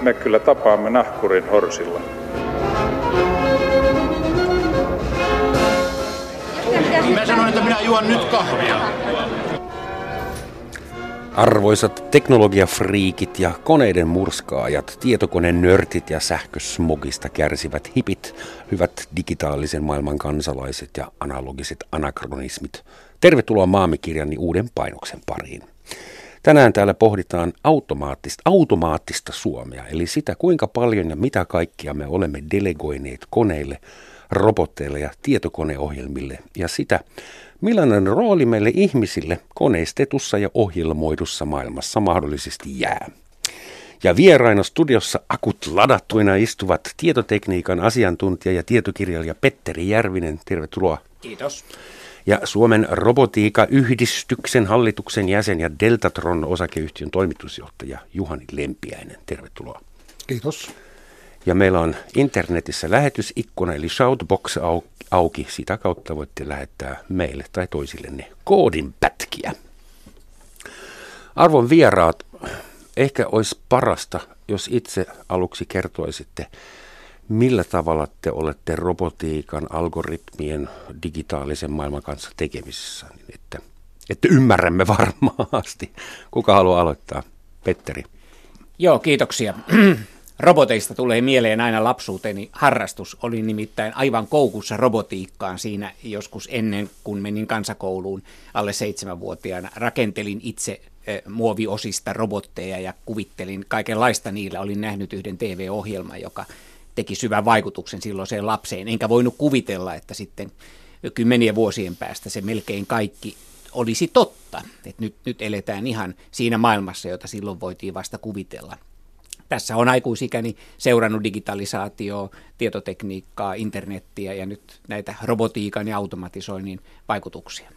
me kyllä tapaamme nahkurin horsilla. Mä sanoin, että minä juon nyt kahvia. Arvoisat teknologiafriikit ja koneiden murskaajat, tietokonenörtit ja sähkösmogista kärsivät hipit, hyvät digitaalisen maailman kansalaiset ja analogiset anakronismit. Tervetuloa Maamikirjani uuden painoksen pariin. Tänään täällä pohditaan automaattista Suomea, eli sitä kuinka paljon ja mitä kaikkia me olemme delegoineet koneille, robotteille ja tietokoneohjelmille ja sitä, millainen rooli meille ihmisille koneistetussa ja ohjelmoidussa maailmassa mahdollisesti jää. Ja vieraina studiossa akut ladattuina istuvat tietotekniikan asiantuntija ja tietokirjailija Petteri Järvinen. Tervetuloa. Kiitos. Ja Suomen robotiikayhdistyksen hallituksen jäsen ja Deltatron osakeyhtiön toimitusjohtaja Juhani Lempiäinen. Tervetuloa. Kiitos. Ja meillä on internetissä lähetysikkuna eli Shoutbox auki. Sitä kautta voitte lähettää meille tai toisillenne koodinpätkiä. Arvon vieraat, ehkä olisi parasta, jos itse aluksi kertoisitte, millä tavalla te olette robotiikan, algoritmien, digitaalisen maailman kanssa tekemisissä, niin että ymmärrämme varmasti. Kuka haluaa aloittaa? Petteri. Joo, kiitoksia. Roboteista tulee mieleen aina lapsuuteni harrastus. Olin nimittäin aivan koukussa robotiikkaan siinä joskus ennen kuin menin kansakouluun alle 7-vuotiaana. Rakentelin itse muoviosista robotteja ja kuvittelin kaikenlaista niillä. Olin nähnyt yhden TV-ohjelman, joka teki syvän vaikutuksen silloiseen lapseen. Enkä voinut kuvitella, että sitten 10 vuosien päästä se melkein kaikki olisi totta. Että nyt eletään ihan siinä maailmassa, jota silloin voitiin vasta kuvitella. Tässä on aikuisikäni seurannut digitalisaatioa, tietotekniikkaa, internettiä ja nyt näitä robotiikan ja automatisoinnin vaikutuksia.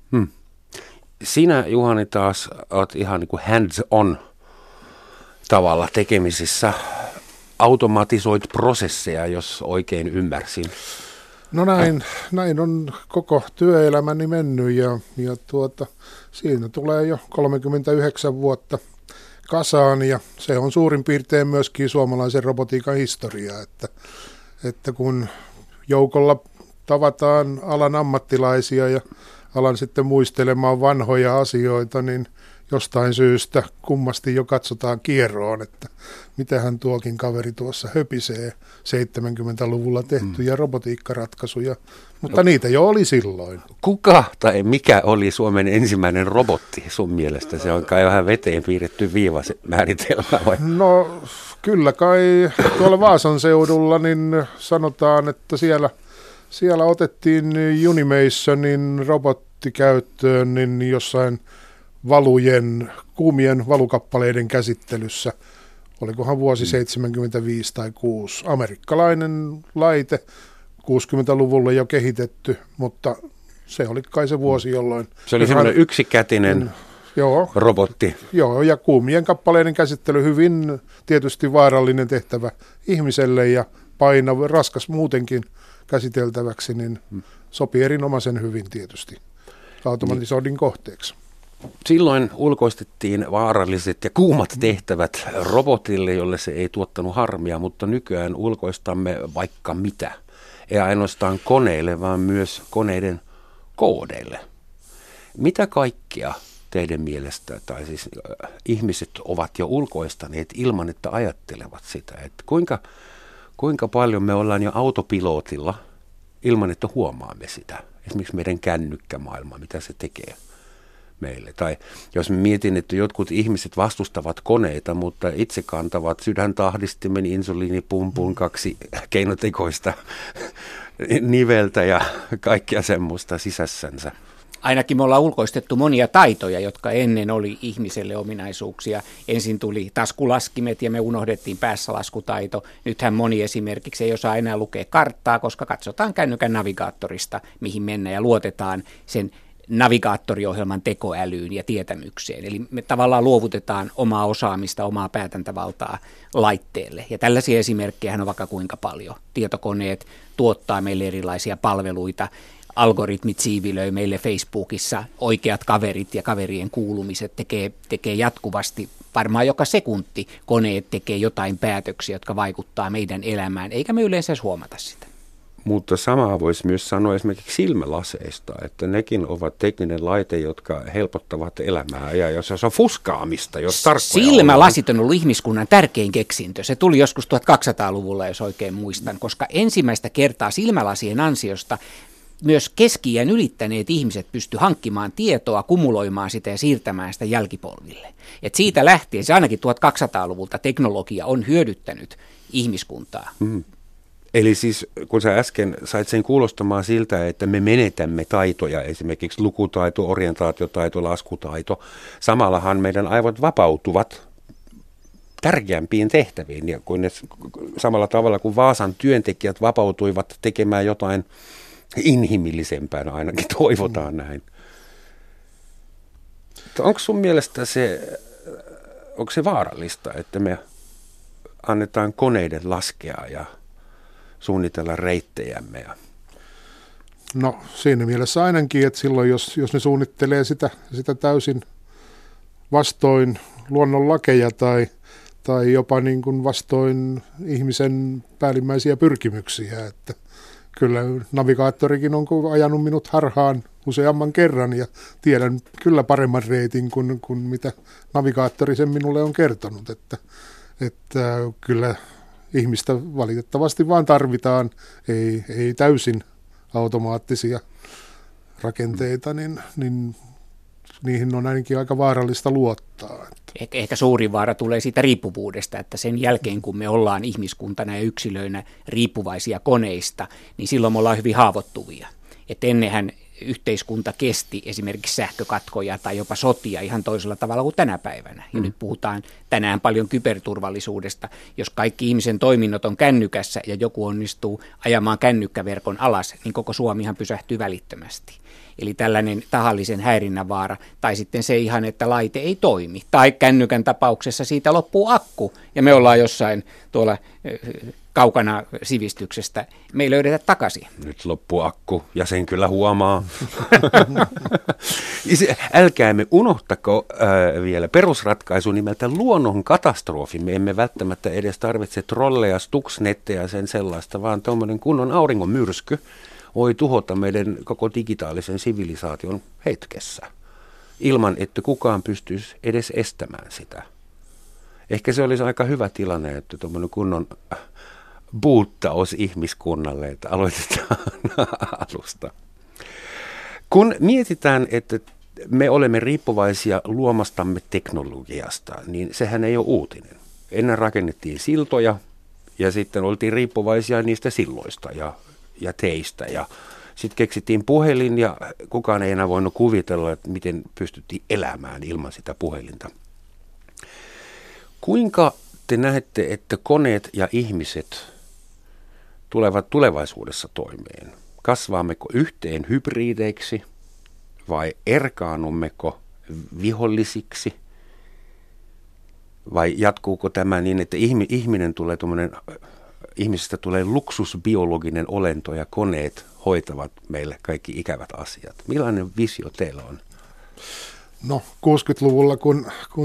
Sinä, Juhani, taas olet ihan niin kuin hands-on tavalla tekemisissä. Automatisoit prosesseja, jos oikein ymmärsin. No näin on koko työelämäni mennyt ja siinä tulee jo 39 vuotta kasaan ja se on suurin piirtein myöskin suomalaisen robotiikan historia, että kun joukolla tavataan alan ammattilaisia ja alan sitten muistelemaan vanhoja asioita, niin jostain syystä kummasti jo katsotaan kierroon, että mitähän tuokin kaveri tuossa höpisee 70-luvulla tehtyjä robotiikkaratkaisuja, mutta niitä jo oli silloin. Kuka tai mikä oli Suomen ensimmäinen robotti sun mielestä? Se on kai vähän veteen piirretty viiva se määritelmä vai? No kyllä kai tuolla Vaasan seudulla niin sanotaan, että siellä otettiin Unimationin robotti käyttöön niin jossain kuumien valukappaleiden käsittelyssä, olikohan vuosi 75 tai 6, amerikkalainen laite, 60-luvulla jo kehitetty, mutta se oli kai se vuosi, jolloin... Se oli semmoinen yksikätinen robotti. Joo, ja kuumien kappaleiden käsittely hyvin tietysti vaarallinen tehtävä ihmiselle ja painava, raskas muutenkin käsiteltäväksi, niin sopii erinomaisen hyvin tietysti automatisoinnin kohteeksi. Silloin ulkoistettiin vaaralliset ja kuumat tehtävät robotille, jolle se ei tuottanut harmia, mutta nykyään ulkoistamme vaikka mitä. Ei ainoastaan koneille, vaan myös koneiden koodeille. Mitä kaikkea teidän mielestä, tai siis ihmiset ovat jo ulkoistaneet ilman, että ajattelevat sitä? Että kuinka paljon me ollaan jo autopilotilla ilman, että huomaamme sitä? Esimerkiksi meidän kännykkämaailma, mitä se tekee meille. Tai jos mietin, että jotkut ihmiset vastustavat koneita, mutta itse kantavat sydäntahdistimen, insuliinipumpun, 2 keinotekoista niveltä ja kaikkia semmoista sisässänsä. Ainakin me ollaan ulkoistettu monia taitoja, jotka ennen oli ihmiselle ominaisuuksia. Ensin tuli taskulaskimet ja me unohdettiin päässälaskutaito. Nythän moni esimerkiksi ei osaa enää lukea karttaa, koska katsotaan kännykän navigaattorista, mihin mennään ja luotetaan sen navigaattoriohjelman tekoälyyn ja tietämykseen. Eli me tavallaan luovutetaan omaa osaamista, omaa päätäntävaltaa laitteelle. Ja tällaisia esimerkkejä on vaikka kuinka paljon. Tietokoneet tuottaa meille erilaisia palveluita. Algoritmit siivilöi meille Facebookissa oikeat kaverit ja kaverien kuulumiset, tekee jatkuvasti varmaan joka sekunti koneet tekee jotain päätöksiä, jotka vaikuttaa meidän elämään, eikä me yleensä huomata sitä. Mutta samaa voisi myös sanoa esimerkiksi silmälaseista, että nekin ovat tekninen laite, jotka helpottavat elämää. Ja jos se on fuskaamista, jos tarkkoja silmälasit on ollut ihmiskunnan tärkein keksintö. Se tuli joskus 1200-luvulla, jos oikein muistan, koska ensimmäistä kertaa silmälasien ansiosta myös keski-iän ylittäneet ihmiset pystyivät hankkimaan tietoa, kumuloimaan sitä ja siirtämään sitä jälkipolville. Et siitä lähtien, se ainakin 1200-luvulta teknologia on hyödyttänyt ihmiskuntaa. Eli siis kun sä äsken sait sen kuulostamaan siltä, että me menetämme taitoja, esimerkiksi lukutaito, orientaatiotaito, laskutaito, samallahan meidän aivot vapautuvat tärkeämpiin tehtäviin. Ja kun ne, samalla tavalla kuin Vaasan työntekijät vapautuivat tekemään jotain inhimillisempää, ainakin toivotaan näin. Onko sun mielestä onko se vaarallista, että me annetaan koneiden laskea ja suunnitella reittejämme? No siinä mielessä ainakin, että silloin jos ne suunnittelee sitä täysin vastoin luonnonlakeja tai jopa niin kuin vastoin ihmisen päällimmäisiä pyrkimyksiä, että kyllä navigaattorikin on ajanut minut harhaan useamman kerran ja tiedän kyllä paremman reitin kuin mitä navigaattori sen minulle on kertonut, että kyllä ihmistä valitettavasti vaan tarvitaan, ei täysin automaattisia rakenteita, niin niihin on ainakin aika vaarallista luottaa. Ehkä suurin vaara tulee siitä riippuvuudesta, että sen jälkeen kun me ollaan ihmiskuntana ja yksilöinä riippuvaisia koneista, niin silloin me ollaan hyvin haavoittuvia. Että ennenhän yhteiskunta kesti esimerkiksi sähkökatkoja tai jopa sotia ihan toisella tavalla kuin tänä päivänä. Ja nyt puhutaan tänään paljon kyberturvallisuudesta. Jos kaikki ihmisen toiminnot on kännykässä ja joku onnistuu ajamaan kännykkäverkon alas, niin koko Suomihan pysähtyy välittömästi. Eli tällainen tahallisen häirinnän vaara, tai sitten se ihan, että laite ei toimi. Tai kännykän tapauksessa siitä loppuu akku, ja me ollaan jossain tuolla kaukana sivistyksestä. Me ei löydetä takaisin. Nyt loppuu akku, ja sen kyllä huomaa. Älkäämme unohtako vielä perusratkaisu nimeltä luonnon katastrofi. Me emme välttämättä edes tarvitse trolleja, stuxnetteja ja sen sellaista, vaan tuommoinen kunnon auringonmyrsky voi tuhota meidän koko digitaalisen sivilisaation hetkessä, ilman että kukaan pystyisi edes estämään sitä. Ehkä se olisi aika hyvä tilanne, että tuommoinen kunnon buuttaus ihmiskunnalle, että aloitetaan alusta. Kun mietitään, että me olemme riippuvaisia luomastamme teknologiasta, niin sehän ei ole uutinen. Ennen rakennettiin siltoja ja sitten oltiin riippuvaisia niistä silloista ja teistä. Ja sitten keksittiin puhelin ja kukaan ei enää voinut kuvitella, että miten pystyttiin elämään ilman sitä puhelinta. Kuinka te näette, että koneet ja ihmiset tulevat tulevaisuudessa toimeen? Kasvaammeko yhteen hybrideiksi vai erkaannummeko vihollisiksi? Vai jatkuuko tämä niin, että ihmisestä tulee luksusbiologinen olento ja koneet hoitavat meille kaikki ikävät asiat? Millainen visio teillä on? No 60-luvulla, kun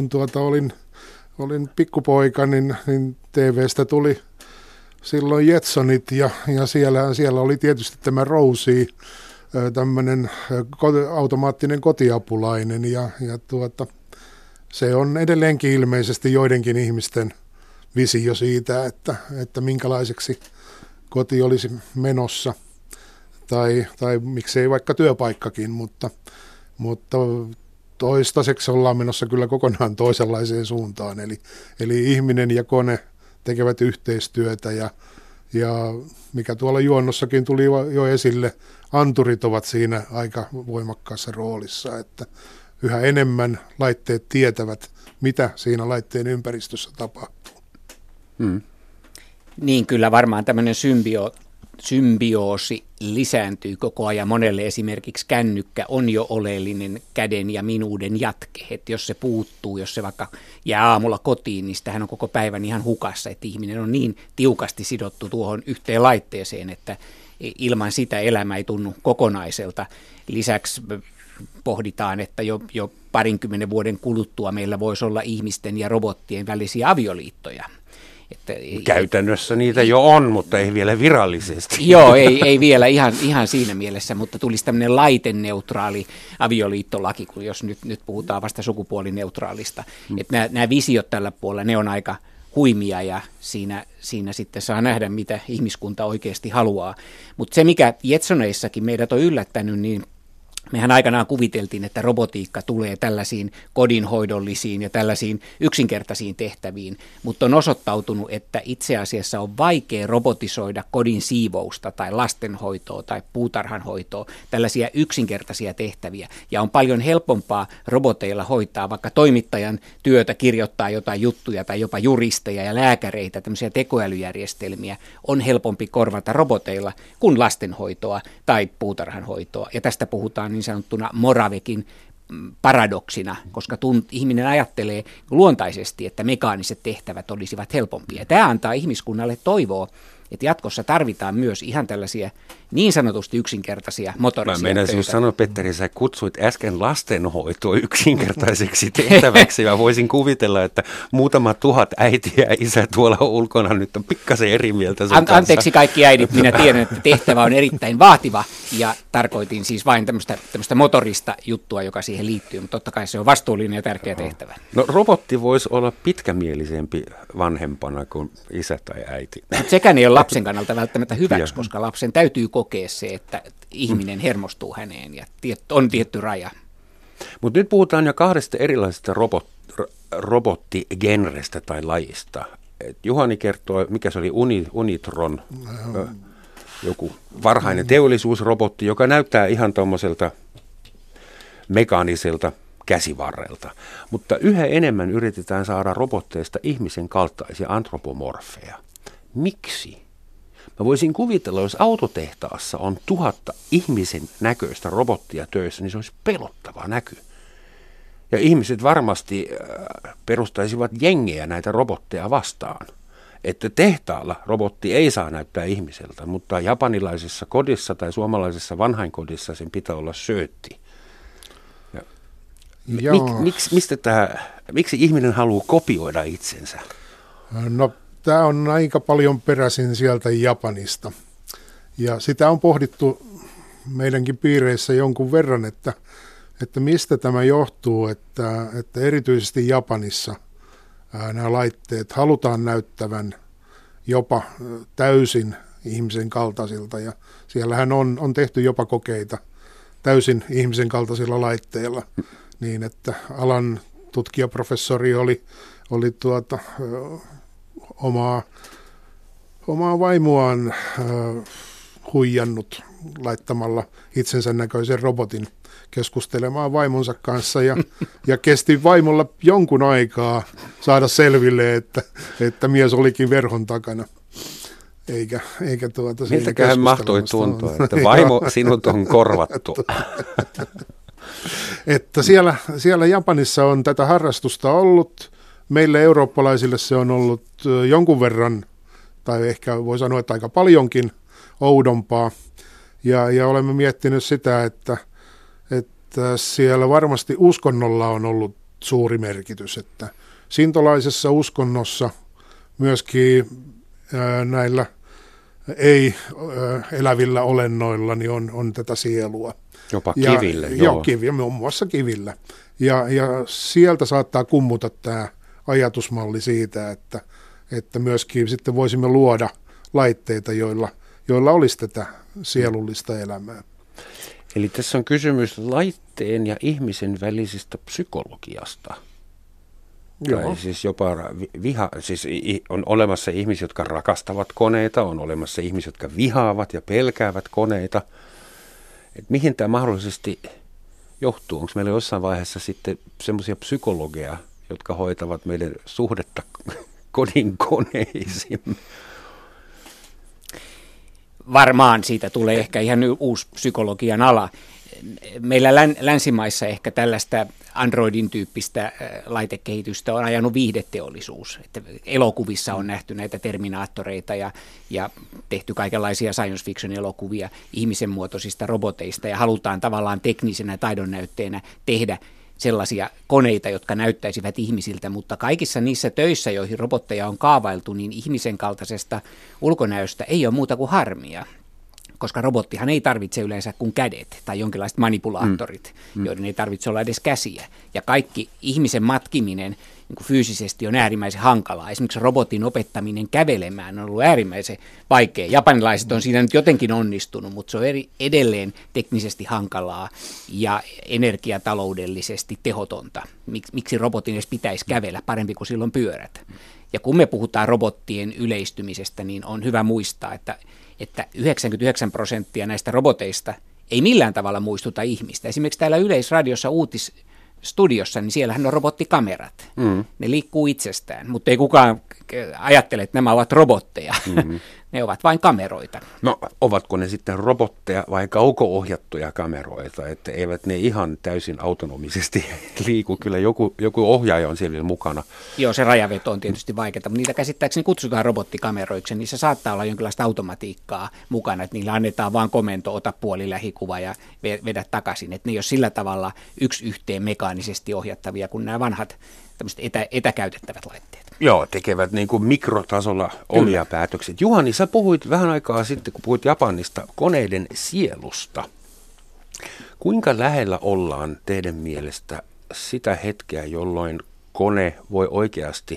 olin pikkupoika, niin TV:stä tuli silloin Jetsonit ja siellä oli tietysti tämä Rosie, tämmöinen automaattinen kotiapulainen ja se on edelleenkin ilmeisesti joidenkin ihmisten visio siitä, että minkälaiseksi koti olisi menossa tai miksei vaikka työpaikkakin, mutta toistaiseksi ollaan menossa kyllä kokonaan toisenlaiseen suuntaan, eli ihminen ja kone tekevät yhteistyötä ja mikä tuolla juonnossakin tuli jo esille, anturit ovat siinä aika voimakkaassa roolissa, että yhä enemmän laitteet tietävät, mitä siinä laitteen ympäristössä tapahtuu. Niin kyllä varmaan tämmöinen symbioosi lisääntyy koko ajan. Monelle esimerkiksi kännykkä on jo oleellinen käden ja minuuden jatke. Että jos se puuttuu, jos se vaikka jää aamulla kotiin, niin sitähän on koko päivän ihan hukassa. Että ihminen on niin tiukasti sidottu tuohon yhteen laitteeseen, että ilman sitä elämä ei tunnu kokonaiselta. Lisäksi pohditaan, että jo 20 vuoden kuluttua meillä voisi olla ihmisten ja robottien välisiä avioliittoja. Että käytännössä niitä jo on, mutta ei vielä virallisesti. Joo, ei vielä ihan siinä mielessä, mutta tulisi tämmöinen laiteneutraali avioliittolaki, kun jos nyt puhutaan vasta sukupuolineutraalista. Että nämä visiot tällä puolella, ne on aika huimia ja siinä sitten saa nähdä, mitä ihmiskunta oikeasti haluaa. Mutta se, mikä Jetsoneissakin meidät on yllättänyt, niin mehän aikanaan kuviteltiin, että robotiikka tulee tällaisiin kodinhoidollisiin ja tällaisiin yksinkertaisiin tehtäviin, mutta on osoittautunut, että itse asiassa on vaikea robotisoida kodin siivousta tai lastenhoitoa tai puutarhanhoitoa, tällaisia yksinkertaisia tehtäviä. Ja on paljon helpompaa roboteilla hoitaa vaikka toimittajan työtä, kirjoittaa jotain juttuja tai jopa juristeja ja lääkäreitä, tämmöisiä tekoälyjärjestelmiä on helpompi korvata roboteilla kuin lastenhoitoa tai puutarhanhoitoa. Ja tästä puhutaan niin sanottuna Moravekin paradoksina, koska ihminen ajattelee luontaisesti, että mekaaniset tehtävät olisivat helpompia. Tämä antaa ihmiskunnalle toivoa, että jatkossa tarvitaan myös ihan tällaisia niin sanotusti yksinkertaisia motorisia töitä. Mä meinasin just sanoa, Petteri, sä kutsuit äsken lastenhoitoa yksinkertaiseksi tehtäväksi. Mä voisin kuvitella, että muutama tuhat äitiä ja isä tuolla ulkona nyt on pikkasen eri mieltä sun kanssa. Anteeksi kaikki äidit, minä tiedän, että tehtävä on erittäin vaativa ja tarkoitin siis vain tämmöistä motorista juttua, joka siihen liittyy, mutta totta kai se on vastuullinen ja tärkeä tehtävä. No robotti voisi olla pitkämielisempi vanhempana kuin isä tai äiti. Mutta sekään ei ole lapsen kannalta välttämättä hyväksi, koska lapsen täytyy kokea se, että ihminen hermostuu häneen ja on tietty raja. Mutta nyt puhutaan jo kahdesta erilaisesta robottigenrestä tai lajista. Juhani kertoo, mikä se oli Unitron, joku varhainen teollisuusrobotti, joka näyttää ihan tuommoiselta mekaaniselta käsivarrelta. Mutta yhä enemmän yritetään saada robotteista ihmisen kaltaisia antropomorfeja. Miksi? Mä voisin kuvitella, jos autotehtaassa on 1000 ihmisen näköistä robottia töissä, niin se olisi pelottava näky. Ja ihmiset varmasti perustaisivat jengejä näitä robotteja vastaan. Että tehtaalla robotti ei saa näyttää ihmiseltä, mutta japanilaisessa kodissa tai suomalaisessa vanhainkodissa sen pitää olla söötti. Miksi ihminen haluaa kopioida itsensä? No, tämä on aika paljon peräisin sieltä Japanista. Ja sitä on pohdittu meidänkin piireissä jonkun verran, että mistä tämä johtuu, että erityisesti Japanissa nämä laitteet halutaan näyttävän jopa täysin ihmisen kaltaisilta. Ja siellähän on tehty jopa kokeita täysin ihmisen kaltaisilla laitteilla, niin että alan tutkijaprofessori oli omaa vaimoaan huijannut laittamalla itsensä näköisen robotin keskustelemaan vaimonsa kanssa ja kesti vaimolla jonkun aikaa saada selville, että mies olikin verhon takana. Eikä miltäköhän mahtoi tuntua, että vaimo sinut on korvattu. Että siellä Japanissa on tätä harrastusta ollut. Meille eurooppalaisille se on ollut jonkun verran, tai ehkä voi sanoa, että aika paljonkin oudompaa. Ja olemme miettineet sitä, että siellä varmasti uskonnolla on ollut suuri merkitys. Että sintolaisessa uskonnossa myöskin näillä ei-elävillä olennoilla niin on tätä sielua. Jopa kivillä. Joo, muun muassa kivillä. Ja sieltä saattaa kummuta tämä ajatusmalli siitä, että myöskin sitten voisimme luoda laitteita, joilla olisi tätä sielullista elämää. Eli tässä on kysymys laitteen ja ihmisen välisestä psykologiasta. Joo. Tai siis jopa siis on olemassa ihmisiä, jotka rakastavat koneita, on olemassa ihmisiä, jotka vihaavat ja pelkäävät koneita. Et mihin tämä mahdollisesti johtuu? Onko meillä jossain vaiheessa sitten semmoisia psykologeja, jotka hoitavat meidän suhdetta kodin koneisiin? Varmaan siitä tulee ehkä ihan uusi psykologian ala. meillä länsimaissa ehkä tällaista Androidin tyyppistä laitekehitystä on ajanut viihdeteollisuus. Että elokuvissa on nähty näitä Terminaattoreita ja tehty kaikenlaisia science fiction elokuvia ihmisen muotoisista roboteista ja halutaan tavallaan teknisenä taidonnäytteenä tehdä sellaisia koneita, jotka näyttäisivät ihmisiltä, mutta kaikissa niissä töissä, joihin robotteja on kaavailtu, niin ihmisen kaltaisesta ulkonäöstä ei ole muuta kuin harmia. Koska robottihan ei tarvitse yleensä kuin kädet tai jonkinlaiset manipulaattorit, joiden ei tarvitse olla edes käsiä. Ja kaikki ihmisen matkiminen niin kuin fyysisesti on äärimmäisen hankalaa. Esimerkiksi robotin opettaminen kävelemään on ollut äärimmäisen vaikea. Japanilaiset on siinä nyt jotenkin onnistunut, mutta se on edelleen teknisesti hankalaa ja energiataloudellisesti tehotonta. Miksi robotin edes pitäisi kävellä parempi kuin silloin pyörät? Ja kun me puhutaan robottien yleistymisestä, niin on hyvä muistaa, että 99% näistä roboteista ei millään tavalla muistuta ihmistä. Esimerkiksi täällä Yleisradiossa uutisstudiossa, niin siellähän on robottikamerat. Ne liikkuu itsestään, mutta ei kukaan ajattele, että nämä ovat robotteja. Ne ovat vain kameroita. No, ovatko ne sitten robotteja vai kauko-ohjattuja kameroita, että eivät ne ihan täysin autonomisesti liiku? Kyllä joku ohjaaja on siellä mukana. Joo, se rajaveto on tietysti vaikeaa, mutta niitä käsittääkseni kutsutaan robottikameroiksi. Niissä saattaa olla jonkinlaista automatiikkaa mukana, että niillä annetaan vaan komento, ota puoli lähikuva ja vedä takaisin. Että ne ei ole sillä tavalla yksi yhteen mekaanisesti ohjattavia kuin nämä vanhat tämmöiset etäkäytettävät laitteet. Joo, tekevät niin kuin mikrotasolla omia päätöksiä. Juhani, sä puhuit vähän aikaa sitten, kun puhuit Japanista, koneiden sielusta. Kuinka lähellä ollaan teidän mielestä sitä hetkeä, jolloin kone voi oikeasti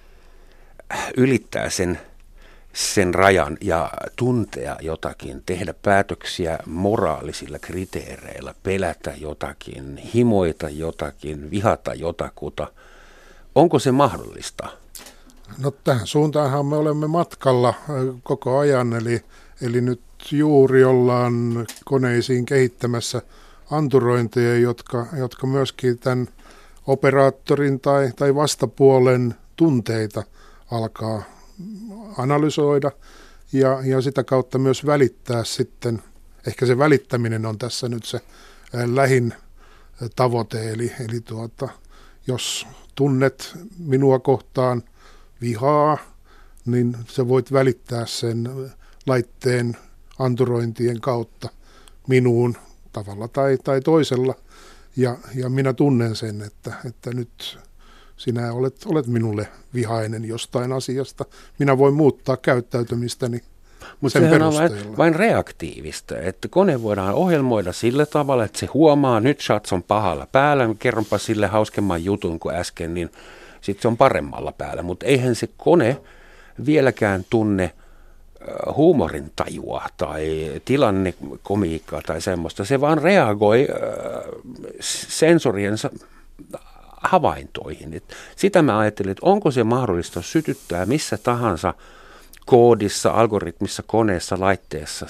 ylittää sen rajan ja tuntea jotakin, tehdä päätöksiä moraalisilla kriteereillä, pelätä jotakin, himoita jotakin, vihata jotakuta? Onko se mahdollista? No tähän suuntaanhan me olemme matkalla koko ajan, eli nyt juuri ollaan koneisiin kehittämässä anturointeja, jotka myöskin tämän operaattorin tai vastapuolen tunteita alkaa analysoida ja sitä kautta myös välittää sitten. Ehkä se välittäminen on tässä nyt se lähin tavoite, eli jos tunnet minua kohtaan vihaa, niin sä voit välittää sen laitteen anturointien kautta minuun tavalla tai toisella. Ja minä tunnen sen, että nyt sinä olet minulle vihainen jostain asiasta. Minä voin muuttaa käyttäytymistäni mutta sehän on vain reaktiivista, että kone voidaan ohjelmoida sillä tavalla, että se huomaa, nyt Schatz on pahalla päällä, kerronpa sille hauskemman jutun kuin äsken, niin sitten se on paremmalla päällä. Mutta eihän se kone vieläkään tunne huumorin tajua tai tilannekomiikkaa tai semmoista. Se vaan reagoi sensoriensa havaintoihin. Et sitä mä ajattelin, että onko se mahdollista sytyttää missä tahansa koodissa, algoritmissa, koneessa, laitteessa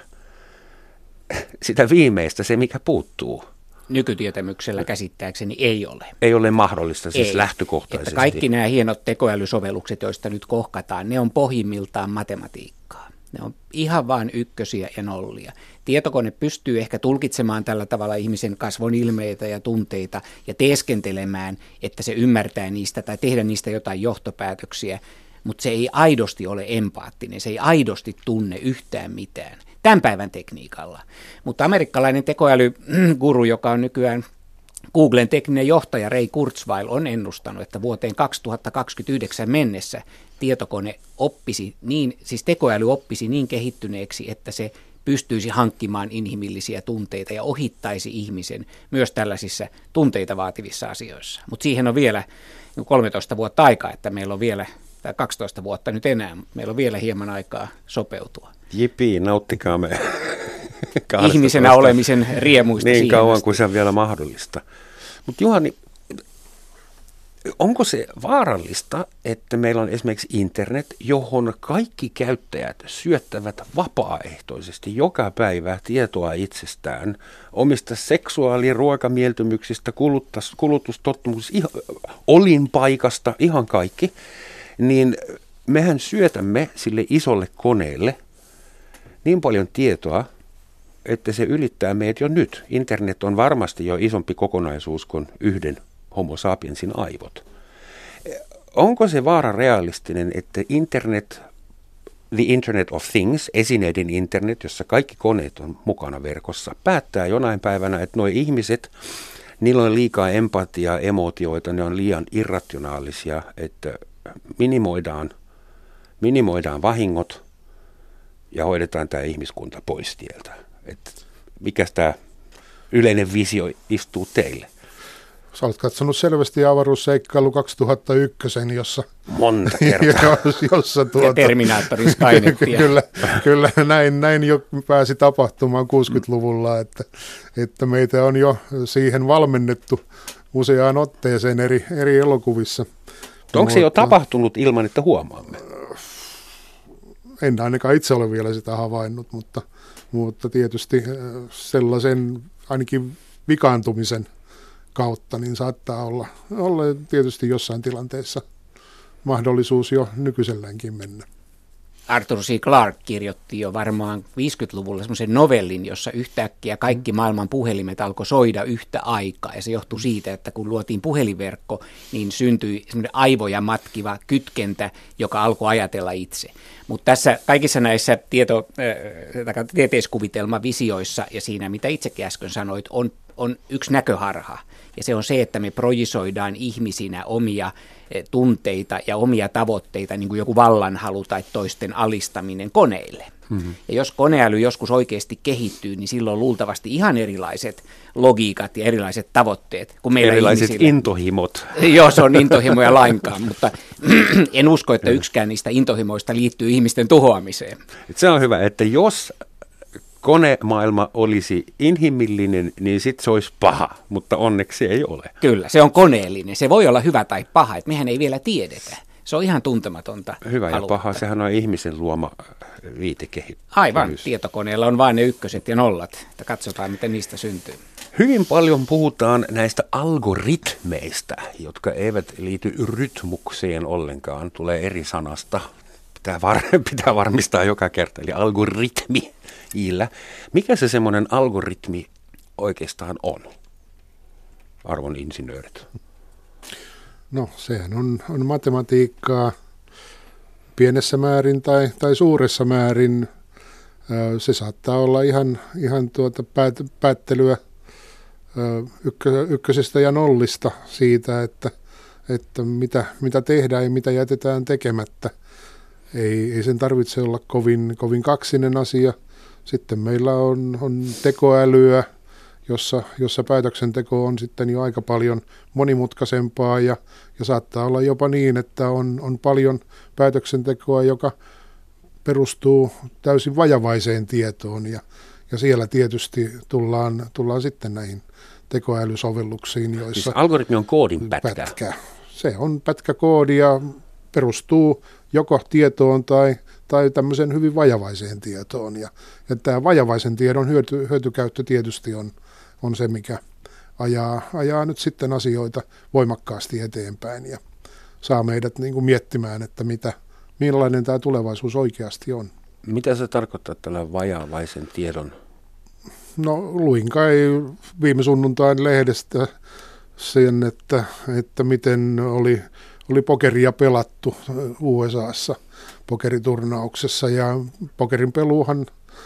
sitä viimeistä, se mikä puuttuu. Nykytietämyksellä käsittääkseni ei ole. Ei ole mahdollista siis lähtökohtaisesti. Että kaikki nämä hienot tekoälysovellukset, joista nyt kohkataan, ne on pohjimmiltaan matematiikkaa. Ne on ihan vain ykkösiä ja nollia. Tietokone pystyy ehkä tulkitsemaan tällä tavalla ihmisen kasvon ilmeitä ja tunteita ja teeskentelemään, että se ymmärtää niistä tai tehdä niistä jotain johtopäätöksiä, mutta se ei aidosti ole empaattinen, se ei aidosti tunne yhtään mitään. Tämän päivän tekniikalla. Mutta amerikkalainen tekoälyguru, joka on nykyään Googlen tekninen johtaja Ray Kurzweil, on ennustanut, että vuoteen 2029 mennessä tekoäly oppisi niin kehittyneeksi, että se pystyisi hankkimaan inhimillisiä tunteita ja ohittaisi ihmisen myös tällaisissa tunteita vaativissa asioissa. Mutta siihen on vielä 13 vuotta aikaa, että meillä on vielä, tai 12 vuotta nyt enää, mutta meillä on vielä hieman aikaa sopeutua. Jipii, nauttikaamme ihmisenä olemisen riemuista. Niin kauan kuin se on vielä mahdollista. Mutta Juhani, onko se vaarallista, että meillä on esimerkiksi internet, johon kaikki käyttäjät syöttävät vapaaehtoisesti joka päivä tietoa itsestään, omista seksuaaliruokamieltymyksistä, kulutustottumuksista, olinpaikasta, ihan kaikki, niin mehän syötämme sille isolle koneelle niin paljon tietoa, että se ylittää meidät jo nyt. Internet on varmasti jo isompi kokonaisuus kuin yhden homo sapiensin aivot. Onko se vaara realistinen, että the Internet of Things, esineiden internet, jossa kaikki koneet on mukana verkossa, päättää jonain päivänä, että nuo ihmiset, niillä on liikaa empatiaa, emootioita, ne on liian irrationaalisia, että minimoidaan vahingot ja hoidetaan tämä ihmiskunta pois tieltä. Että mikäs tämä yleinen visio istuu teille? Sä olet katsonut selvästi avaruusseikkailu 2001, jossa... Monta kertaa. jossa ja Terminaattorin Skynettia. kyllä näin jo pääsi tapahtumaan 60-luvulla, että meitä on jo siihen valmennettu useaan otteeseen eri elokuvissa. Onko se jo tapahtunut ilman, että huomaamme? En ainakaan itse ole vielä sitä havainnut, mutta tietysti sellaisen ainakin vikaantumisen kautta niin saattaa olla tietysti jossain tilanteessa mahdollisuus jo nykyiselläänkin mennä. Arthur C. Clarke kirjoitti jo varmaan 50-luvulla semmoisen novellin, jossa yhtäkkiä kaikki maailman puhelimet alkoi soida yhtä aikaa. Ja se johtui siitä, että kun luotiin puhelinverkko, niin syntyi semmoinen aivoja matkiva kytkentä, joka alkoi ajatella itse. Mutta tässä kaikissa näissä tieteiskuvitelmavisioissa ja siinä, mitä itsekin äsken sanoit, on yksi näköharha. Ja se on se, että me projisoidaan ihmisinä omia tunteita ja omia tavoitteita, niin kuin joku vallanhalu tai toisten alistaminen koneille. Mm-hmm. Ja jos koneäly joskus oikeasti kehittyy, niin silloin luultavasti ihan erilaiset logiikat ja erilaiset tavoitteet kuin meillä erilaiset ihmisillä. Intohimot. Joo, se on intohimoja lainkaan, mutta en usko, että yksikään niistä intohimoista liittyy ihmisten tuhoamiseen. Se on hyvä, että jos konemaailma olisi inhimillinen, niin sitten se olisi paha, mutta onneksi se ei ole. Kyllä, se on koneellinen. Se voi olla hyvä tai paha, että mehän ei vielä tiedetä. Se on ihan tuntematonta. Hyvä ja paha, sehän on ihmisen luoma viitekehitys. Aivan, tietokoneella on vain ne ykköset ja nollat, että katsotaan miten niistä syntyy. Hyvin paljon puhutaan näistä algoritmeista, jotka eivät liity rytmukseen ollenkaan, tulee eri sanasta. Pitää varmistaa joka kerta, eli algoritmi. Mikä se semmoinen algoritmi oikeastaan on, arvon insinöörit? No sehän on matematiikkaa pienessä määrin tai suuressa määrin. Se saattaa olla ihan päättelyä ykkösestä ja nollista siitä, että mitä tehdään ja mitä jätetään tekemättä. Ei sen tarvitse olla kovin kaksinen asia. Sitten meillä on tekoälyä, jossa päätöksenteko on sitten jo aika paljon monimutkaisempaa ja saattaa olla jopa niin, että on paljon päätöksentekoa, joka perustuu täysin vajavaiseen tietoon ja siellä tietysti tullaan sitten näihin tekoälysovelluksiin, joissa... Siis algoritmi on koodin pätkä. Se on pätkäkoodia, perustuu joko tietoon tai tämmöiseen hyvin vajavaiseen tietoon. Ja tämä vajavaisen tiedon hyötykäyttö tietysti on se, mikä ajaa nyt sitten asioita voimakkaasti eteenpäin ja saa meidät niin kuin miettimään, että millainen tämä tulevaisuus oikeasti on. Mitä se tarkoittaa tällä vajavaisen tiedon? No luin kai viime sunnuntain lehdestä sen, että miten oli pokeria pelattu USAssa pokeriturnauksessa ja pokerin peluuhan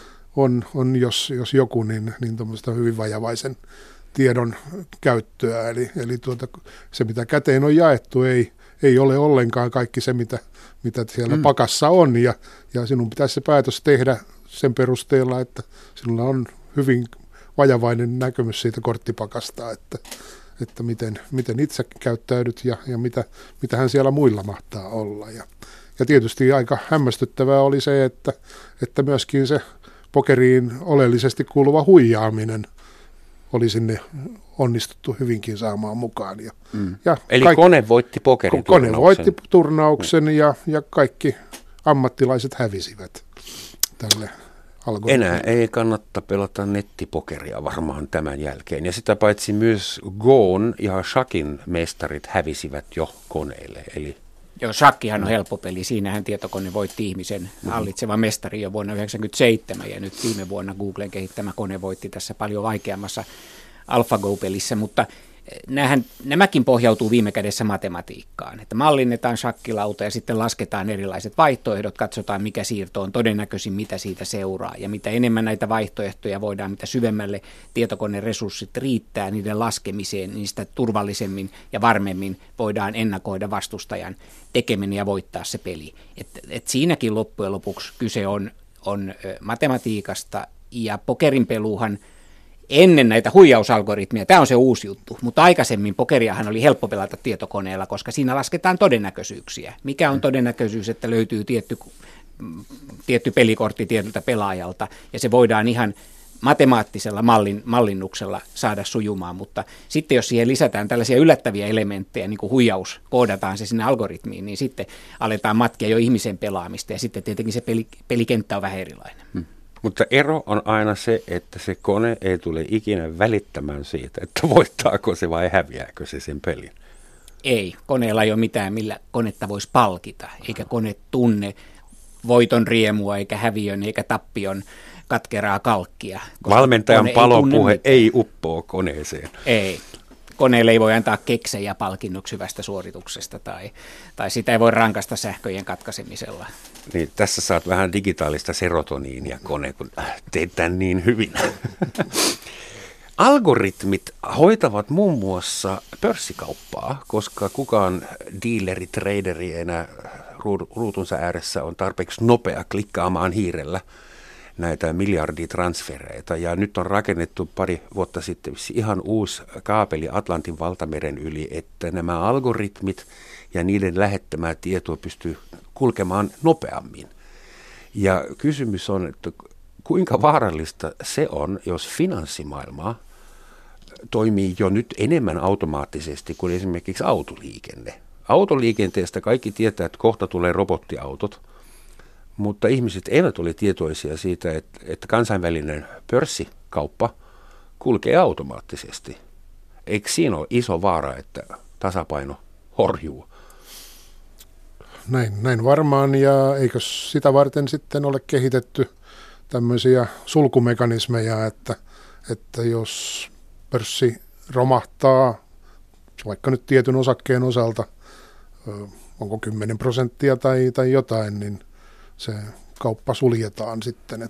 on jos joku, niin tuommoista hyvin vajavaisen tiedon käyttöä. Eli se, mitä käteen on jaettu, ei ole ollenkaan kaikki se, mitä siellä pakassa on. Ja sinun pitäisi se päätös tehdä sen perusteella, että sinulla on hyvin vajavainen näkemys siitä korttipakasta, että miten itse käyttäydyt ja mitähän siellä muilla mahtaa olla. Ja tietysti aika hämmästyttävää oli se, että myöskin se pokeriin oleellisesti kuuluva huijaaminen oli sinne onnistuttu hyvinkin saamaan mukaan. Eli kone voitti pokeriturnauksen. Kone voitti turnauksen ja kaikki ammattilaiset hävisivät tälle algoritmille. Enää ei kannata pelata nettipokeria varmaan tämän jälkeen. Ja sitä paitsi myös Goon ja Shakin mestarit hävisivät jo koneille. Eli Joo, shakkihan on helppo peli. Siinähän tietokone voitti ihmisen hallitseva mestari jo vuonna 1997 ja nyt viime vuonna Googlen kehittämä kone voitti tässä paljon vaikeammassa AlphaGo-pelissä, mutta nämäkin pohjautuu viime kädessä matematiikkaan, että mallinnetaan shakkilauta ja sitten lasketaan erilaiset vaihtoehdot, katsotaan mikä siirto on todennäköisin, mitä siitä seuraa ja mitä enemmän näitä vaihtoehtoja voidaan, mitä syvemmälle tietokoneen resurssit riittää niiden laskemiseen, niin sitä turvallisemmin ja varmemmin voidaan ennakoida vastustajan tekeminen ja voittaa se peli. Et siinäkin loppujen lopuksi kyse on matematiikasta ja pokerin peluuhan ennen näitä huijausalgoritmia, tämä on se uusi juttu, mutta aikaisemmin pokeriahan oli helppo pelata tietokoneella, koska siinä lasketaan todennäköisyyksiä. Mikä on todennäköisyys, että löytyy tietty pelikortti tietyltä pelaajalta, ja se voidaan ihan matemaattisella mallinnuksella saada sujumaan, mutta sitten jos siihen lisätään tällaisia yllättäviä elementtejä, niin kuin huijaus, koodataan se sinne algoritmiin, niin sitten aletaan matkia jo ihmisen pelaamista, ja sitten tietenkin se pelikenttä on vähän erilainen. Mutta ero on aina se, että se kone ei tule ikinä välittämään siitä, että voittaako se vai häviääkö se sen pelin. Ei, koneella ei ole mitään, millä konetta voisi palkita, eikä kone tunne voiton riemua, eikä häviön, eikä tappion katkeraa kalkkia. Valmentajan palopuhe ei uppoo koneeseen. Ei. Koneelle ei voi antaa keksejä palkinnoksi hyvästä suorituksesta tai sitä ei voi rankasta sähköjen katkaisemisella. Niin, tässä saat vähän digitaalista serotoniinia kone, kun teet tämän niin hyvin. Algoritmit hoitavat muun muassa pörssikauppaa, koska kukaan dealeri, traderi enää ruutunsa ääressä on tarpeeksi nopea klikkaamaan hiirellä näitä miljarditransfereita. Ja nyt on rakennettu pari vuotta sitten ihan uusi kaapeli Atlantin valtameren yli, että nämä algoritmit ja niiden lähettämää tietoa pystyy kulkemaan nopeammin. Ja kysymys on, että kuinka vaarallista se on, jos finanssimaailma toimii jo nyt enemmän automaattisesti kuin esimerkiksi autoliikenne. Autoliikenteestä kaikki tietää, että kohta tulee robottiautot, mutta ihmiset eivät ole tietoisia siitä, että kansainvälinen pörssikauppa kulkee automaattisesti. Eikö siinä ole iso vaara, että tasapaino horjuu? Näin varmaan, ja eikö sitä varten sitten ole kehitetty tämmöisiä sulkumekanismeja, että jos pörssi romahtaa vaikka nyt tietyn osakkeen osalta, onko 10% tai jotain, niin se kauppa suljetaan sitten,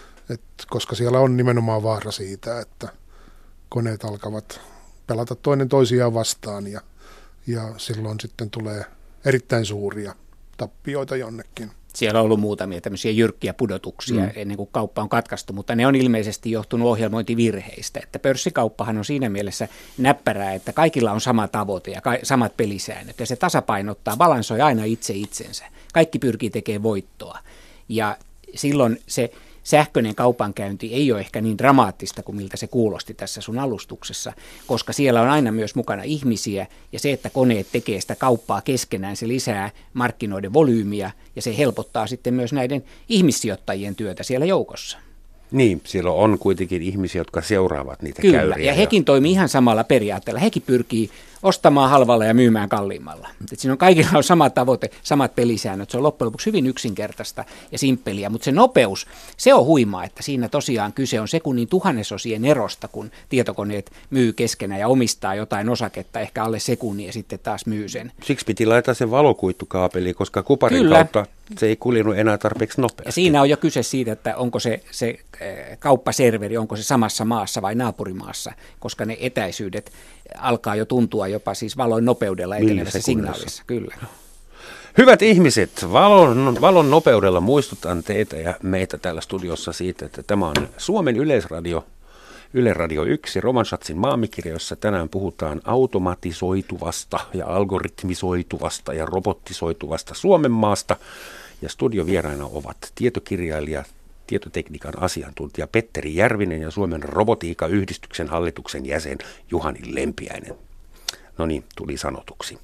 koska siellä on nimenomaan vaara siitä, että koneet alkavat pelata toinen toisiaan vastaan ja silloin sitten tulee erittäin suuria tappioita jonnekin. Siellä on ollut muutamia tämmöisiä jyrkkiä pudotuksia ennen kuin kauppa on katkaistu, mutta ne on ilmeisesti johtunut ohjelmointivirheistä. Että pörssikauppahan on siinä mielessä näppärää, että kaikilla on sama tavoite ja samat pelisäännöt. Ja se tasapainottaa, balansoi aina itse itsensä. Kaikki pyrkii tekemään voittoa. Ja silloin se sähköinen kaupankäynti ei ole ehkä niin dramaattista kuin miltä se kuulosti tässä sun alustuksessa, koska siellä on aina myös mukana ihmisiä, ja se, että koneet tekee sitä kauppaa keskenään, se lisää markkinoiden volyymiä, ja se helpottaa sitten myös näiden ihmissijoittajien työtä siellä joukossa. Niin, siellä on kuitenkin ihmisiä, jotka seuraavat niitä Kyllä, käyriä. Ja hekin toimii ihan samalla periaatteella. Hekin pyrkii ostamaan halvalla ja myymään kalliimmalla. Et siinä on kaikilla on sama tavoite, samat pelisäännöt. Se on loppujen lopuksi hyvin yksinkertaista ja simppeliä, mutta se nopeus, se on huimaa, että siinä tosiaan kyse on sekunnin tuhannesosien erosta, kun tietokoneet myy keskenään ja omistaa jotain osaketta ehkä alle sekunnin ja sitten taas myy sen. Siksi piti laittaa se valokuitukaapeli, koska kuparin kautta se ei kuljenut enää tarpeeksi nopeasti. Ja siinä on jo kyse siitä, että onko se kauppaserveri, onko se samassa maassa vai naapurimaassa, koska ne etäisyydet alkaa jo tuntua jopa siis valon nopeudella etenevässä signaalissa. Kyllä. Hyvät ihmiset, valon nopeudella muistutan teitä ja meitä täällä studiossa siitä, että tämä on Suomen Yleisradio, Yle Radio 1, Roman Schatzin maamikirja, jossa tänään puhutaan automatisoituvasta ja algoritmisoituvasta ja robottisoituvasta Suomen maasta. Ja studiovieraina ovat tietokirjailija, tietotekniikan asiantuntija Petteri Järvinen ja Suomen robotiikkayhdistyksen hallituksen jäsen Juhani Lempiäinen. No niin, tuli sanotuksi.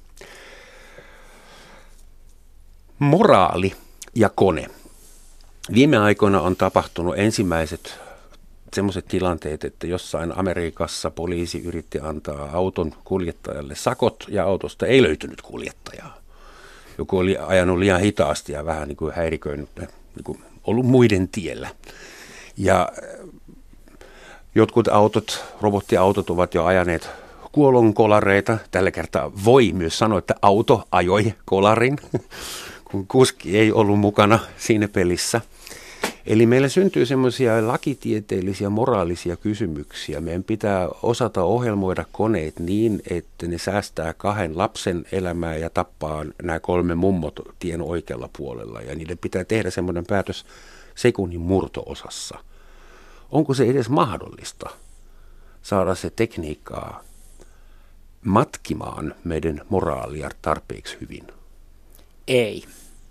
Moraali ja kone. Viime aikoina on tapahtunut ensimmäiset sellaiset tilanteet, että jossain Amerikassa poliisi yritti antaa auton kuljettajalle sakot ja autosta ei löytynyt kuljettajaa. joku oli ajanut liian hitaasti ja vähän niin kuin häiriköinyt, niin kuin ollut muiden tiellä. Ja jotkut robottiautot ovat jo ajaneet kuolonkolareita. Tällä kertaa voi myös sanoa, että auto ajoi kolarin, kun kuski ei ollut mukana siinä pelissä. Eli meillä syntyy semmoisia lakitieteellisiä, moraalisia kysymyksiä. Meidän pitää osata ohjelmoida koneet niin, että ne säästää 2 lapsen elämää ja tappaa nämä 3 mummot tien oikealla puolella. Ja niiden pitää tehdä semmoinen päätös sekunnin murto-osassa. Onko se edes mahdollista saada se tekniikkaa matkimaan meidän moraalia tarpeeksi hyvin? Ei.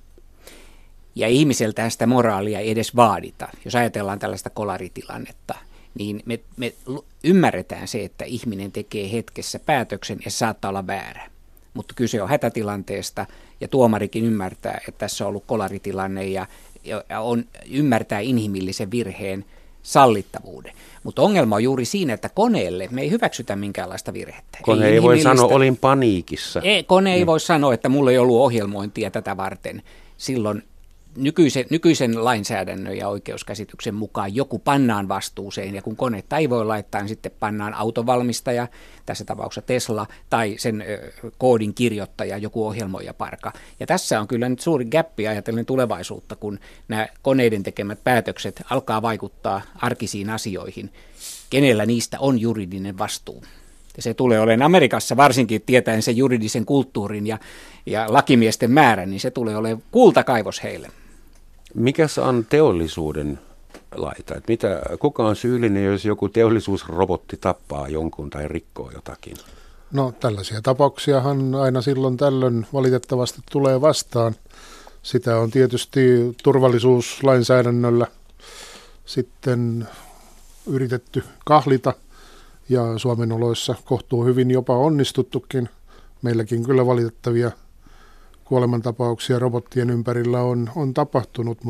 Ja ihmiseltään sitä moraalia ei edes vaadita. Jos ajatellaan tällaista kolaritilannetta, niin me ymmärretään se, että ihminen tekee hetkessä päätöksen ja se saattaa olla väärä. Mutta kyse on hätätilanteesta ja tuomarikin ymmärtää, että tässä on ollut kolaritilanne ja ymmärtää inhimillisen virheen sallittavuuden. Mutta ongelma on juuri siinä, että koneelle me ei hyväksytä minkäänlaista virhettä. Kone ei voi sanoa, olin paniikissa. Kone ei voi sanoa, että mulla ei ollut ohjelmointia tätä varten. Silloin nykyisen lainsäädännön ja oikeuskäsityksen mukaan joku pannaan vastuuseen, ja kun konetta ei voi laittaa, niin sitten pannaan autovalmistaja, tässä tapauksessa Tesla, tai sen koodin kirjoittaja, joku ohjelmoijaparka. Ja tässä on kyllä nyt suuri gäppi ajatellen tulevaisuutta, kun nämä koneiden tekemät päätökset alkaa vaikuttaa arkisiin asioihin. Kenellä niistä on juridinen vastuu? Ja se tulee olemaan Amerikassa, varsinkin tietäen sen juridisen kulttuurin ja lakimiesten määrän, niin se tulee olemaan kultakaivos heille. Mikäs on teollisuuden laita? Kuka on syyllinen, jos joku teollisuusrobotti tappaa jonkun tai rikkoo jotakin? No tällaisia tapauksiahan aina silloin tällöin valitettavasti tulee vastaan. Sitä on tietysti turvallisuuslainsäädännöllä sitten yritetty kahlita. Ja Suomen oloissa kohtuu hyvin jopa onnistuttukin. Meilläkin kyllä valitettavia kuolemantapauksia robottien ympärillä on tapahtunut,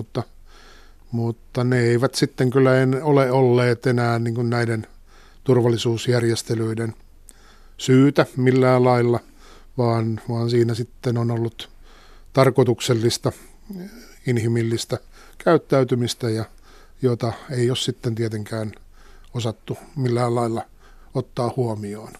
mutta ne eivät sitten kyllä ole olleet enää niin kuin näiden turvallisuusjärjestelyiden syytä millään lailla, vaan siinä sitten on ollut tarkoituksellista, inhimillistä käyttäytymistä, jota ei ole sitten tietenkään osattu millään lailla ottaa huomioon.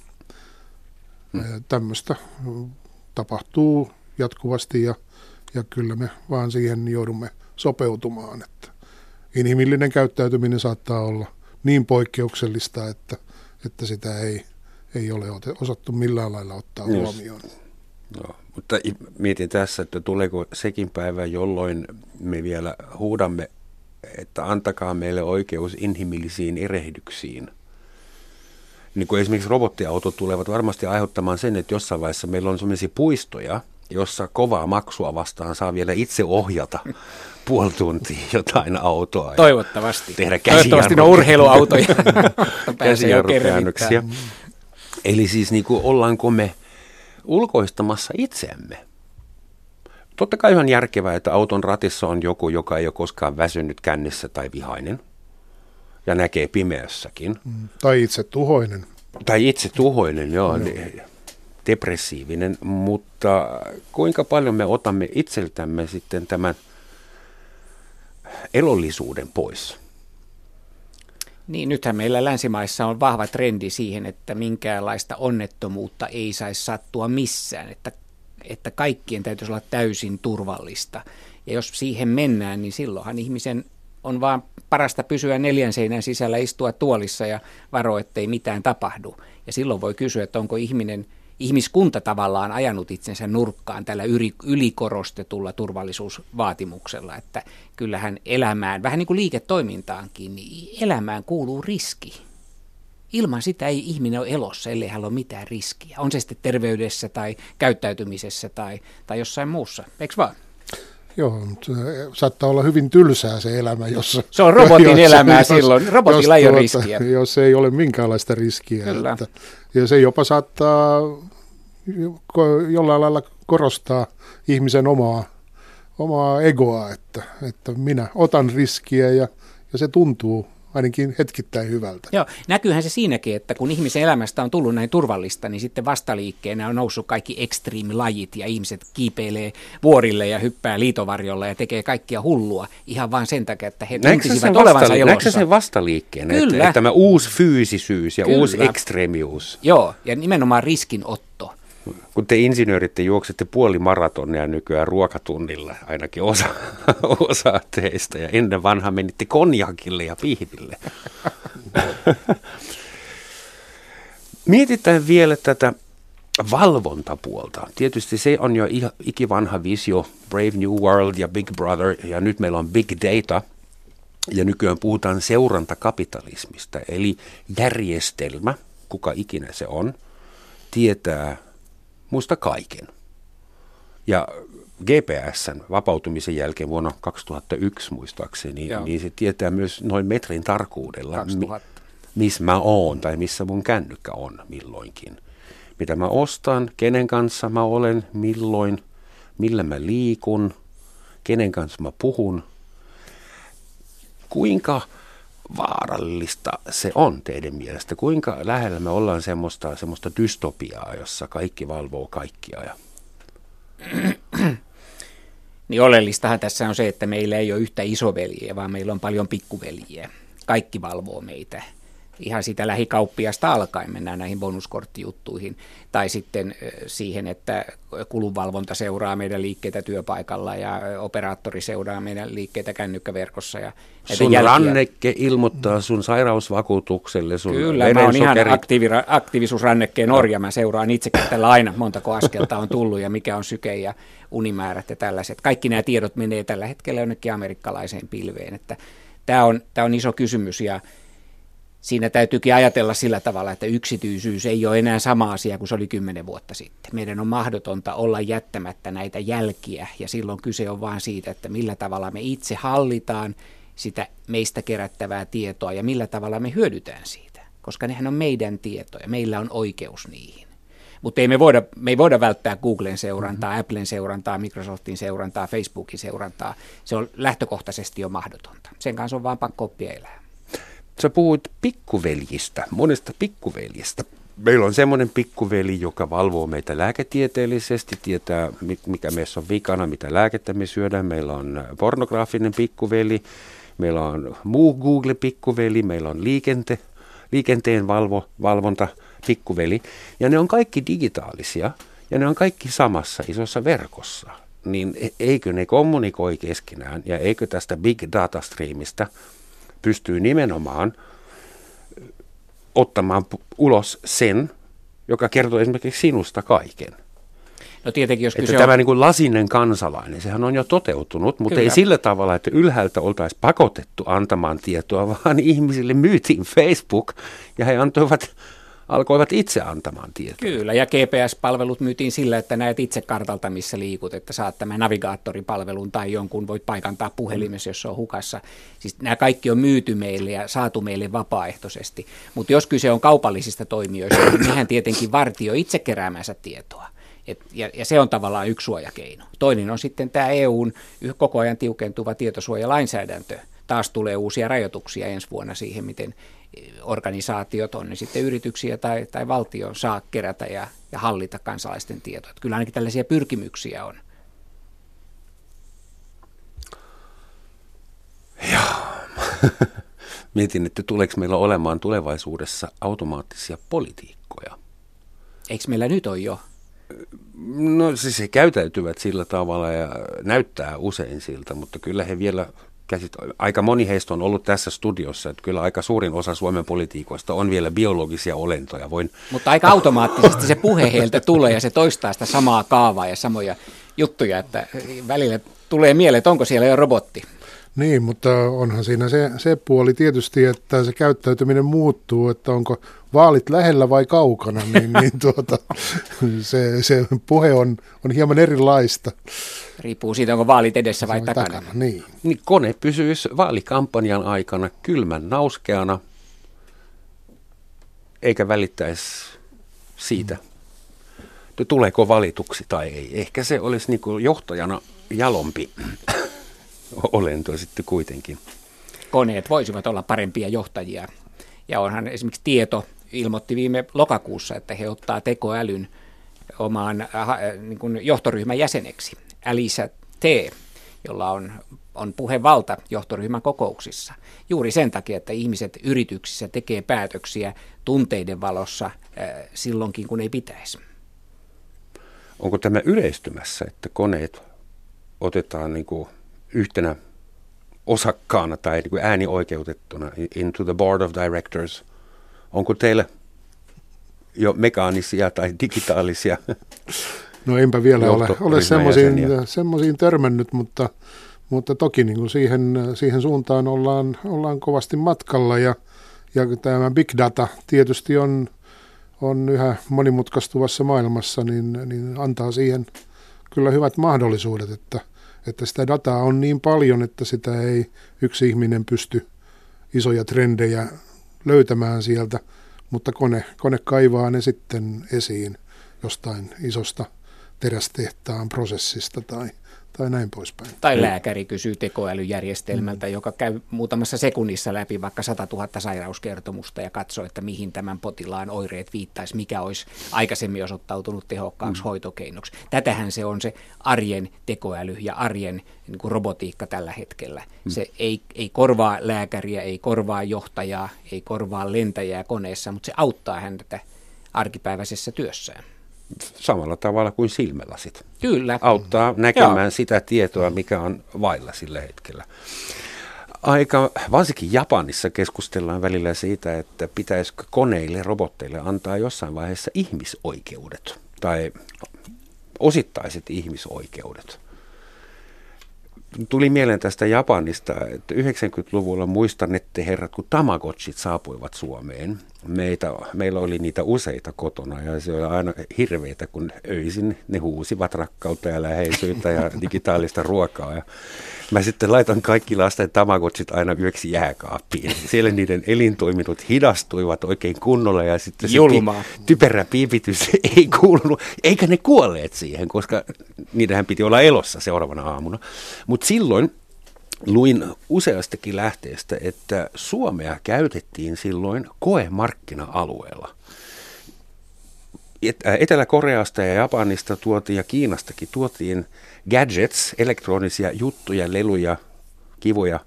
Tämmöistä tapahtuu jatkuvasti ja kyllä me vaan siihen joudumme sopeutumaan, että inhimillinen käyttäytyminen saattaa olla niin poikkeuksellista, että sitä ei ole osattu millään lailla ottaa huomioon. No, mutta mietin tässä, että tuleeko sekin päivä, jolloin me vielä huudamme, että antakaa meille oikeus inhimillisiin erehdyksiin. Niin kuin esimerkiksi robottiautot tulevat varmasti aiheuttamaan sen, että jossain vaiheessa meillä on sellaisia puistoja, jossa kovaa maksua vastaan saa vielä itse ohjata puoli tuntia jotain autoa. Toivottavasti. Tehdä Toivottavasti ne urheiluautoja. Käsijarrukäännöksiä. Eli siis niin kuin ollaanko me ulkoistamassa itseämme? Totta kai ihan järkevää, että auton ratissa on joku, joka ei ole koskaan väsynyt kännissä tai vihainen ja näkee pimeässäkin. Tai itsetuhoinen. Tai itsetuhoinen, joo. Depressiivinen, mutta kuinka paljon me otamme itseltämme sitten tämän elollisuuden pois? Niin, nythän meillä länsimaissa on vahva trendi siihen, että minkäänlaista onnettomuutta ei saisi sattua missään, että kaikkien täytyisi olla täysin turvallista. Ja jos siihen mennään, niin silloinhan ihmisen on vaan parasta pysyä 4 seinän sisällä, istua tuolissa ja varoa, ettei mitään tapahdu. Ja silloin voi kysyä, että onko ihmiskunta tavallaan ajanut itsensä nurkkaan tällä ylikorostetulla turvallisuusvaatimuksella, että kyllähän elämään, vähän niin kuin liiketoimintaankin, niin elämään kuuluu riski. Ilman sitä ei ihminen ole elossa, ellei hänellä ole mitään riskiä. On se sitten terveydessä tai käyttäytymisessä tai jossain muussa, eikö vaan? Joo, mutta saattaa olla hyvin tylsää se elämä, jossa... Se on robotin elämää silloin, robotilla ei ole riskiä. Jos ei ole minkäänlaista riskiä. Kyllä. Ja se jopa saattaa jollain lailla korostaa ihmisen omaa egoa, että minä otan riskiä ja se tuntuu ainakin hetkittäin hyvältä. Joo, näkyyhän se siinäkin, että kun ihmisen elämästä on tullut näin turvallista, niin sitten vastaliikkeenä on noussut kaikki extreme-lajit ja ihmiset kiipeilee vuorille ja hyppää liitovarjolla ja tekee kaikkia hullua ihan vain sen takia, että he tuntisivät olevansa elossa. Näetkö sen vastaliikkeen, että tämä uusi fyysisyys ja uusi ekstremius? Joo, ja nimenomaan riskinotto. Kun te insinöörit juoksette puoli maratonia nykyään ruokatunnilla, ainakin osa teistä, ja ennen vanha menitte konjakille ja pihville. Mietitään vielä tätä valvontapuolta. Tietysti se on jo ikivanha visio, Brave New World ja Big Brother, ja nyt meillä on Big Data, ja nykyään puhutaan seurantakapitalismista, eli järjestelmä, kuka ikinä se on, tietää muista kaiken. Ja GPS:n vapautumisen jälkeen vuonna 2001 muistaakseni, niin se tietää myös noin metrin tarkkuudella, missä mä oon tai missä mun kännykkä on milloinkin. Mitä mä ostan, kenen kanssa mä olen, milloin, millä mä liikun, kenen kanssa mä puhun. Kuinka vaarallista se on teidän mielestä? Kuinka lähellä me ollaan semmoista dystopiaa, jossa kaikki valvoo kaikkia? Niin oleellistahan tässä on se, että meillä ei ole yhtä isoveliä, vaan meillä on paljon pikkuveliä. Kaikki valvoo meitä. Ihan sitä lähikauppiasta alkaen mennään näihin bonuskorttijuttuihin. Tai sitten siihen, että kulunvalvonta seuraa meidän liikkeitä työpaikalla ja operaattori seuraa meidän liikkeitä kännykkäverkossa. Ja sun ranneke ilmoittaa sun sairausvakuutukselle, sun kyllä, mä oon ihan aktiivisuusrannekkeen orja. Mä seuraan itsekin tällä aina, montako askelta on tullut ja mikä on syke ja unimäärät ja tällaiset. Kaikki nämä tiedot menee tällä hetkellä jonnekin amerikkalaiseen pilveen. Että tämä on iso kysymys ja siinä täytyykin ajatella sillä tavalla, että yksityisyys ei ole enää sama asia kuin se oli 10 vuotta sitten. Meidän on mahdotonta olla jättämättä näitä jälkiä ja silloin kyse on vain siitä, että millä tavalla me itse hallitaan sitä meistä kerättävää tietoa ja millä tavalla me hyödytään siitä, koska nehän on meidän tietoja, meillä on oikeus niihin. Mutta me ei voida välttää Googlen seurantaa, Applen seurantaa, Microsoftin seurantaa, Facebookin seurantaa. Se on lähtökohtaisesti jo mahdotonta. Sen kanssa on vaan pakko oppia elää. Sä puhuit pikkuveljistä, monesta pikkuveljistä. Meillä on semmoinen pikkuveli, joka valvoo meitä lääketieteellisesti, tietää mikä meissä on vikana, mitä lääkettä me syödään. Meillä on pornograafinen pikkuveli, meillä on muu Google-pikkuveli, meillä on liikenteen valvonta pikkuveli. Ja ne on kaikki digitaalisia ja ne on kaikki samassa isossa verkossa. Niin eikö ne kommunikoi keskenään ja eikö tästä big data streamista pystyy nimenomaan ottamaan ulos sen, joka kertoo esimerkiksi sinusta kaiken. No tietenkin, jos että tämä niin kuin lasinen kansalainen, sehän on jo toteutunut, mutta ei sillä tavalla, että ylhäältä oltaisiin pakotettu antamaan tietoa, vaan ihmisille myytiin Facebook ja he alkoivat itse antamaan tietoa. Kyllä, ja GPS-palvelut myytiin sillä, että näet itse kartalta, missä liikut, että saat tämän navigaattoripalvelun tai jonkun voit paikantaa puhelimessa, jos se on hukassa. Siis nämä kaikki on myyty meille ja saatu meille vapaaehtoisesti. Mutta jos kyse on kaupallisista toimijoista, niin nehän tietenkin vartioi itse keräämänsä tietoa. Ja se on tavallaan yksi suojakeino. Toinen on sitten tämä EUn koko ajan tiukentuva tietosuojalainsäädäntö. Taas tulee uusia rajoituksia ensi vuonna siihen, miten organisaatiot, on ne sitten yrityksiä tai valtio, saa kerätä ja hallita kansalaisten tietoa. Kyllä ainakin tällaisia pyrkimyksiä on. Joo. Mietin, että tuleeko meillä olemaan tulevaisuudessa automaattisia politiikkoja? Eikö meillä nyt ole jo? No siis he käytäytyvät sillä tavalla ja näyttää usein siltä, mutta kyllä he vielä aika moni heistä on ollut tässä studiossa, että kyllä aika suurin osa Suomen politiikoista on vielä biologisia olentoja. Mutta aika automaattisesti se puhe heiltä tulee ja se toistaa sitä samaa kaavaa ja samoja juttuja, että välillä tulee mieleen, että onko siellä jo robotti. Niin, mutta onhan siinä se puoli tietysti, että se käyttäytyminen muuttuu, että onko vaalit lähellä vai kaukana, se puhe on hieman erilaista. Riippuu siitä, onko vaalit edessä vai takana. Niin, kone pysyisi vaalikampanjan aikana kylmän nauskeana, eikä välittäisi siitä, tuleeko valituksi tai ei. Ehkä se olisi niin kuin johtajana jalompi olento sitten kuitenkin. koneet voisivat olla parempia johtajia. Ja onhan esimerkiksi Tieto ilmoitti viime lokakuussa, että he ottaa tekoälyn omaan niin kuin johtoryhmän jäseneksi. Alisa T., jolla on puhevalta johtoryhmän kokouksissa. Juuri sen takia, että ihmiset yrityksissä tekee päätöksiä tunteiden valossa silloinkin, kun ei pitäisi. Onko tämä yleistymässä, että koneet otetaan niin kuin yhtenä osakkaana tai niin kuin äänioikeutettuna into the board of directors? Onko teillä jo mekaanisia tai digitaalisia? No enpä vielä ole semmoisiin törmännyt, mutta toki niin kuin siihen suuntaan ollaan kovasti matkalla ja tämä big data tietysti on yhä monimutkaistuvassa maailmassa, niin antaa siihen kyllä hyvät mahdollisuudet, että sitä dataa on niin paljon, että sitä ei yksi ihminen pysty isoja trendejä löytämään sieltä, mutta kone kaivaa ne sitten esiin jostain isosta terästehtaan prosessista tai näin poispäin. Tai lääkäri kysyy tekoälyjärjestelmältä, joka käy muutamassa sekunnissa läpi vaikka 100 000 sairauskertomusta ja katsoo, että mihin tämän potilaan oireet viittaisi, mikä olisi aikaisemmin osoittautunut tehokkaaksi hoitokeinoksi. Tätähän se on se arjen tekoäly ja arjen niin kuin robotiikka tällä hetkellä. Se ei korvaa lääkäriä, ei korvaa johtajaa, ei korvaa lentäjää koneessa, mutta se auttaa häntä arkipäiväisessä työssään. Samalla tavalla kuin silmälasit. Kyllä. Auttaa näkemään sitä tietoa, mikä on vailla sillä hetkellä. Varsinkin Japanissa keskustellaan välillä siitä, että pitäisikö koneille, robotteille antaa jossain vaiheessa ihmisoikeudet tai osittaiset ihmisoikeudet. Tuli mieleen tästä Japanista, että 90-luvulla muistanette herrat, kun Tamagotchit saapuivat Suomeen. Meillä oli niitä useita kotona ja se oli aina hirveitä, kun öisin ne huusivat rakkautta ja läheisyyttä ja digitaalista ruokaa. Ja mä sitten laitan kaikki lasten Tamagotchit aina yöksi jääkaappiin. Siellä niiden elintoiminnot hidastuivat oikein kunnolla ja sitten se typerä piipitys ei kuulunut, eikä ne kuolleet siihen, koska niidenhän piti olla elossa seuraavana aamuna. Mutta silloin luin useastakin lähteestä, että Suomea käytettiin silloin koemarkkina-alueella. Etelä-Koreasta ja Japanista tuotiin ja Kiinastakin tuotiin gadgets, elektronisia juttuja, leluja, kivoja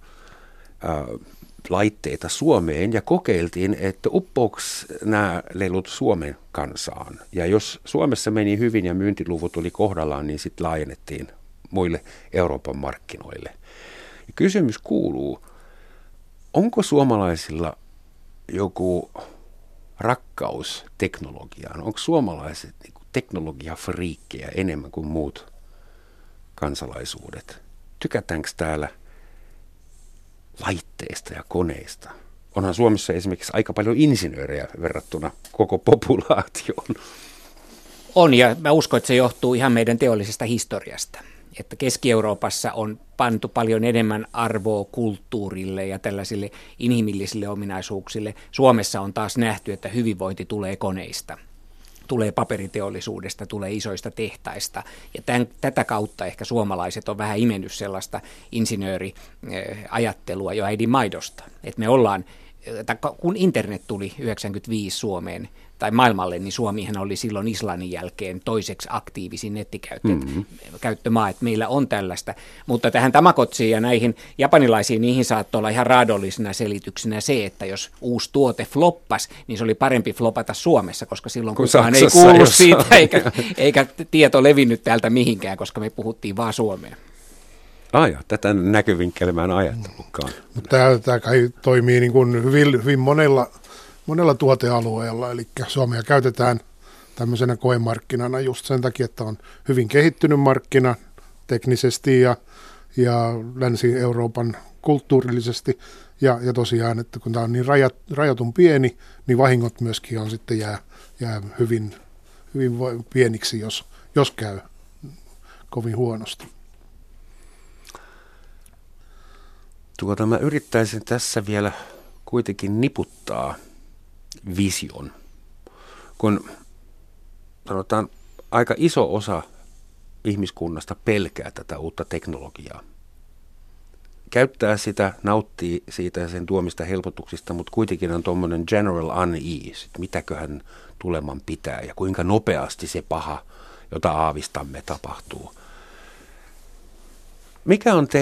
laitteita Suomeen ja kokeiltiin, että uppoako nämä lelut Suomen kansaan. Ja jos Suomessa meni hyvin ja myyntiluvut oli kohdallaan, niin sitten laajennettiin muille Euroopan markkinoille. Ja kysymys kuuluu, onko suomalaisilla joku rakkaus teknologiaan? Onko suomalaiset niin kuin teknologiafriikkejä enemmän kuin muut kansalaisuudet? Tykätäänkö täällä laitteista ja koneista? Onhan Suomessa esimerkiksi aika paljon insinöörejä verrattuna koko populaatioon. On, ja mä uskon, että se johtuu ihan meidän teollisesta historiasta. Että Keski-Euroopassa on pantu paljon enemmän arvoa kulttuurille ja tällaisille inhimillisille ominaisuuksille. Suomessa on taas nähty, että hyvinvointi tulee koneista, tulee paperiteollisuudesta, tulee isoista tehtaista. Ja tätä kautta ehkä suomalaiset on vähän imennyt sellaista insinööriajattelua jo äidin maidosta. Että me ollaan, kun internet tuli 1995 Suomeen, tai maailmalle, niin Suomihan oli silloin Islannin jälkeen toiseksi aktiivisin nettikäyttömaa, että meillä on tällaista. Mutta tähän Tamagotchiin ja näihin japanilaisiin, niihin saattoi olla ihan raadollisena selityksenä se, että jos uusi tuote floppasi, niin se oli parempi flopata Suomessa, koska silloin kukaan ei kuullut siitä, eikä tieto levinnyt täältä mihinkään, koska me puhuttiin vaan suomea. Tätä näkyvinkkelä mä en ajatellutkaan. Tämä kai toimii niin kuin hyvin monella tuotealueella, eli Suomea käytetään tämmöisenä koemarkkinana just sen takia, että on hyvin kehittynyt markkina teknisesti ja Länsi-Euroopan kulttuurillisesti, ja tosiaan, että kun tämä on niin rajatun pieni, niin vahingot myöskin on sitten jää hyvin pieniksi, jos käy kovin huonosti. Mä yrittäisin tässä vielä kuitenkin niputtaa vision, kun sanotaan aika iso osa ihmiskunnasta pelkää tätä uutta teknologiaa. käyttää sitä, nauttii siitä ja sen tuomista helpotuksista, mutta kuitenkin on tuommoinen general unease, että mitäköhän tuleman pitää ja kuinka nopeasti se paha, jota aavistamme, tapahtuu. Mikä on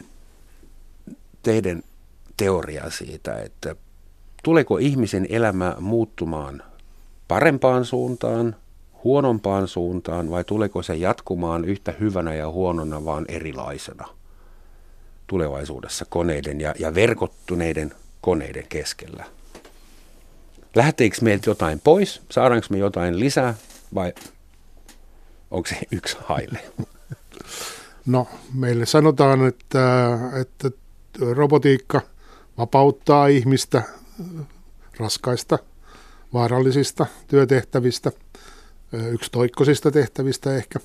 teidän teoria siitä, että tuleeko ihmisen elämä muuttumaan parempaan suuntaan, huonompaan suuntaan vai tuleeko se jatkumaan yhtä hyvänä ja huonona vaan erilaisena tulevaisuudessa koneiden ja verkottuneiden koneiden keskellä? Lähteekö meiltä jotain pois? Saadaanko me jotain lisää vai onko se yksi haile? No, meille sanotaan, että robotiikka vapauttaa ihmistä raskaista, vaarallisista työtehtävistä, yksitoikkoisista tehtävistä ehkä.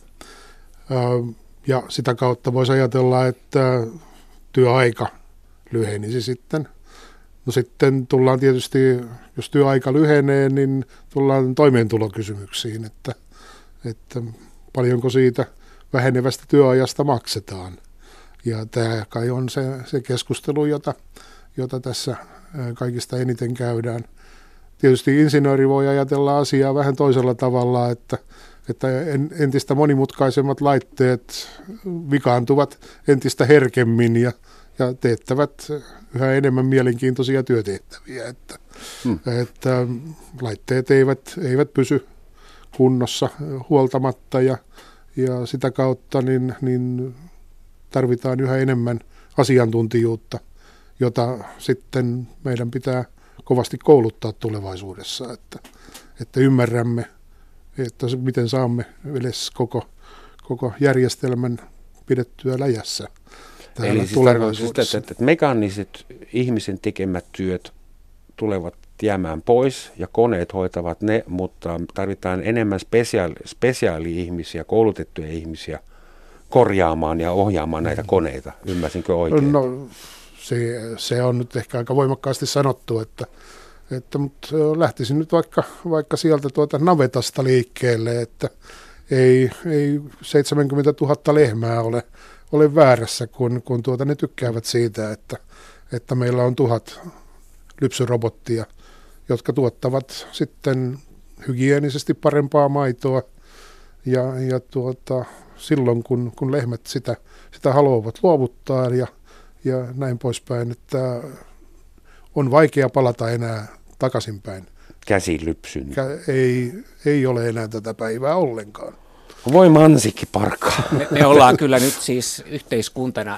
Ja sitä kautta voisi ajatella, että työaika lyhenisi sitten. No sitten tullaan tietysti, jos työaika lyhenee, niin tullaan toimeentulokysymyksiin, että paljonko siitä vähenevästä työajasta maksetaan. Ja tämä kai on se keskustelu, jota tässä kaikista eniten käydään. Tietysti insinööri voi ajatella asiaa vähän toisella tavalla, että entistä monimutkaisemmat laitteet vikaantuvat entistä herkemmin ja teettävät yhä enemmän mielenkiintoisia työtehtäviä. Että laitteet eivät pysy kunnossa huoltamatta ja sitä kautta niin tarvitaan yhä enemmän asiantuntijuutta, jota sitten meidän pitää kovasti kouluttaa tulevaisuudessa, että ymmärrämme, että miten saamme edes koko järjestelmän pidettyä läjässä. Eli siis tarkoittaa sitä, että mekaaniset ihmisen tekemät työt tulevat jäämään pois ja koneet hoitavat ne, mutta tarvitaan enemmän spesiaali-ihmisiä, koulutettuja ihmisiä korjaamaan ja ohjaamaan näitä koneita. Ymmärsinkö oikein? No, se on nyt ehkä aika voimakkaasti sanottu, mutta lähtisin nyt vaikka sieltä navetasta liikkeelle, että ei 70 000 lehmää ole väärässä, kun ne tykkäävät siitä, että meillä on 1000 lypsyrobottia, jotka tuottavat sitten hygienisesti parempaa maitoa ja silloin kun lehmät sitä haluavat luovuttaa ja näin poispäin, että on vaikea palata enää takaisinpäin. Käsilypsyn. Ei ole enää tätä päivää ollenkaan. Voi mansikki parkaa. Me ollaan kyllä nyt siis yhteiskuntana,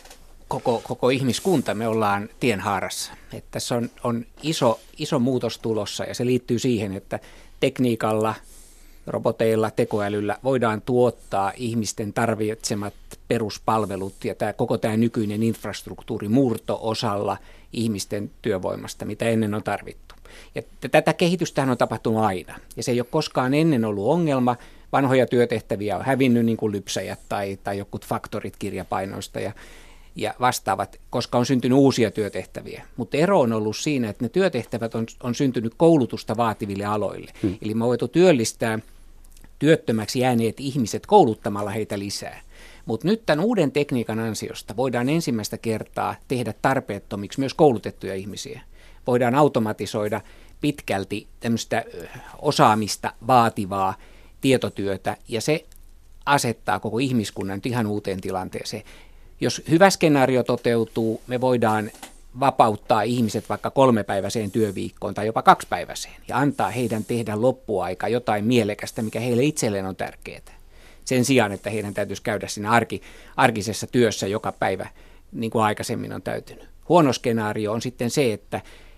koko ihmiskunta, me ollaan tienhaarassa. Että tässä on iso muutos tulossa ja se liittyy siihen, että tekniikalla, roboteilla, tekoälyllä voidaan tuottaa ihmisten tarvitsemat peruspalvelut ja koko tämä nykyinen infrastruktuuri murto-osalla ihmisten työvoimasta, mitä ennen on tarvittu. Ja tätä kehitystähän on tapahtunut aina ja se ei ole koskaan ennen ollut ongelma. Vanhoja työtehtäviä on hävinnyt niin kuin lypsäjät tai jokut faktorit kirjapainoista ja vastaavat, koska on syntynyt uusia työtehtäviä. Mutta ero on ollut siinä, että ne työtehtävät on syntynyt koulutusta vaativille aloille. Eli me voitu työllistää työttömäksi jääneet ihmiset kouluttamalla heitä lisää. Mutta nyt tämän uuden tekniikan ansiosta voidaan ensimmäistä kertaa tehdä tarpeettomiksi myös koulutettuja ihmisiä. Voidaan automatisoida pitkälti tämmöistä osaamista vaativaa tietotyötä, ja se asettaa koko ihmiskunnan ihan uuteen tilanteeseen. Jos hyvä skenaario toteutuu, me voidaan vapauttaa ihmiset vaikka 3-päiväiseen työviikkoon tai jopa 2-päiväiseen ja antaa heidän tehdä loppuaika jotain mielekästä, mikä heille itselleen on tärkeää. Sen sijaan, että heidän täytyisi käydä siinä arkisessa työssä joka päivä, niin kuin aikaisemmin on täytynyt. Huono skenaario on sitten se, että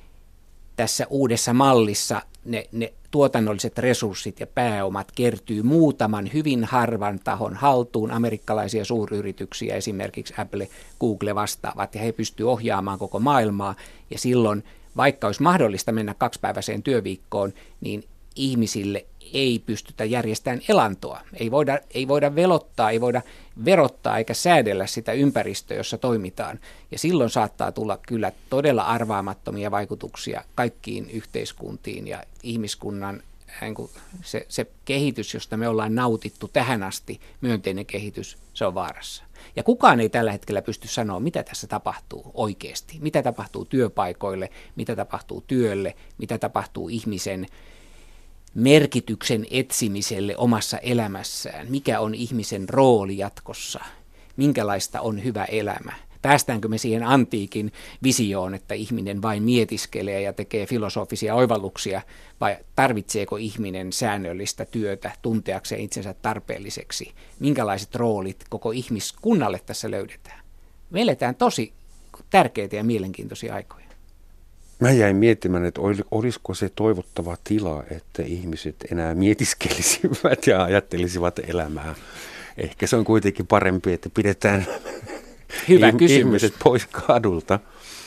tässä uudessa mallissa ne tuotannolliset resurssit ja pääomat kertyy muutaman hyvin harvan tahon haltuun, amerikkalaisia suuryrityksiä, esimerkiksi Apple, Google vastaavat, ja he pystyvät ohjaamaan koko maailmaa, ja silloin, vaikka olisi mahdollista mennä 2-päiväiseen työviikkoon, niin ihmisille ei pystytä järjestämään elantoa. Ei voida velottaa, ei voida verottaa eikä säädellä sitä ympäristöä, jossa toimitaan. Ja silloin saattaa tulla kyllä todella arvaamattomia vaikutuksia kaikkiin yhteiskuntiin ja ihmiskunnan se kehitys, josta me ollaan nautittu tähän asti, myönteinen kehitys, se on vaarassa. Ja kukaan ei tällä hetkellä pysty sanoa, mitä tässä tapahtuu oikeasti. Mitä tapahtuu työpaikoille, mitä tapahtuu työlle, mitä tapahtuu ihmisen merkityksen etsimiselle omassa elämässään. Mikä on ihmisen rooli jatkossa? Minkälaista on hyvä elämä? Päästäänkö me siihen antiikin visioon, että ihminen vain mietiskelee ja tekee filosofisia oivalluksia, vai tarvitseeko ihminen säännöllistä työtä tunteakseen itsensä tarpeelliseksi? Minkälaiset roolit koko ihmiskunnalle tässä löydetään? Me eletään tosi tärkeitä ja mielenkiintoisia aikoja. Mä jäin miettimään, että olisiko se toivottava tila, että ihmiset enää mietiskelisivät ja ajattelisivat elämää. Ehkä se on kuitenkin parempi, että pidetään hyvä kysymys. Ihmiset pois kadulta.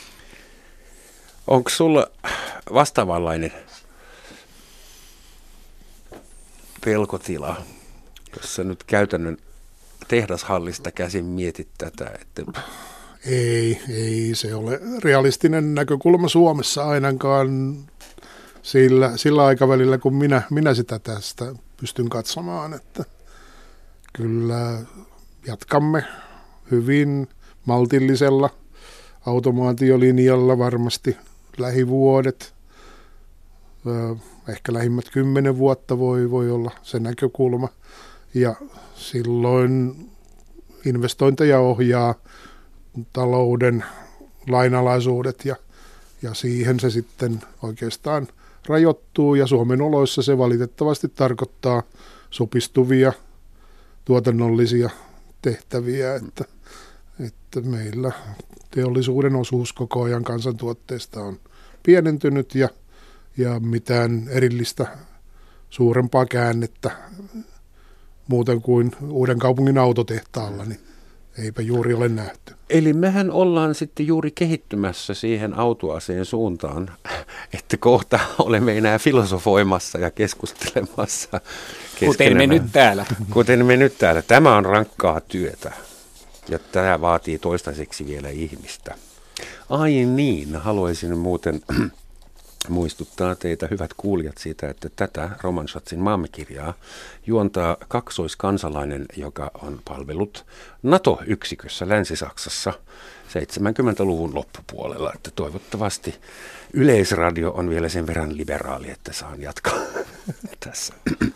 Onko sulla vastaavanlainen pelkotila, jos sä nyt käytännön tehdashallista käsin mietit tätä? Että Ei se ole realistinen näkökulma Suomessa ainakaan sillä aikavälillä, kun minä sitä tästä pystyn katsomaan, että kyllä jatkamme hyvin maltillisella automaatiolinjalla varmasti lähivuodet, ehkä lähimmät 10 vuotta voi olla se näkökulma, ja silloin investointeja ohjaa talouden lainalaisuudet ja siihen se sitten oikeastaan rajoittuu, ja Suomen oloissa se valitettavasti tarkoittaa supistuvia tuotannollisia tehtäviä, että meillä teollisuuden osuus koko ajan kansantuotteesta on pienentynyt ja mitään erillistä suurempaa käännettä muuten kuin Uudenkaupungin autotehtaalla, niin eipä juuri ole nähty. Eli mehän ollaan sitten juuri kehittymässä siihen autoaseen suuntaan, että kohta olemme enää filosofoimassa ja keskustelemassa Kuten me nyt täällä. Kuten me nyt täällä. Tämä on rankkaa työtä ja tämä vaatii toistaiseksi vielä ihmistä. Ai niin, haluaisin muuten muistuttaa teitä, hyvät kuulijat, siitä, että tätä Roman Schatzin Maamme-kirjaa juontaa kaksoiskansalainen, joka on palvellut NATO-yksikössä Länsi-Saksassa 70-luvun loppupuolella. Että toivottavasti Yleisradio on vielä sen verran liberaali, että saan jatkaa tässä.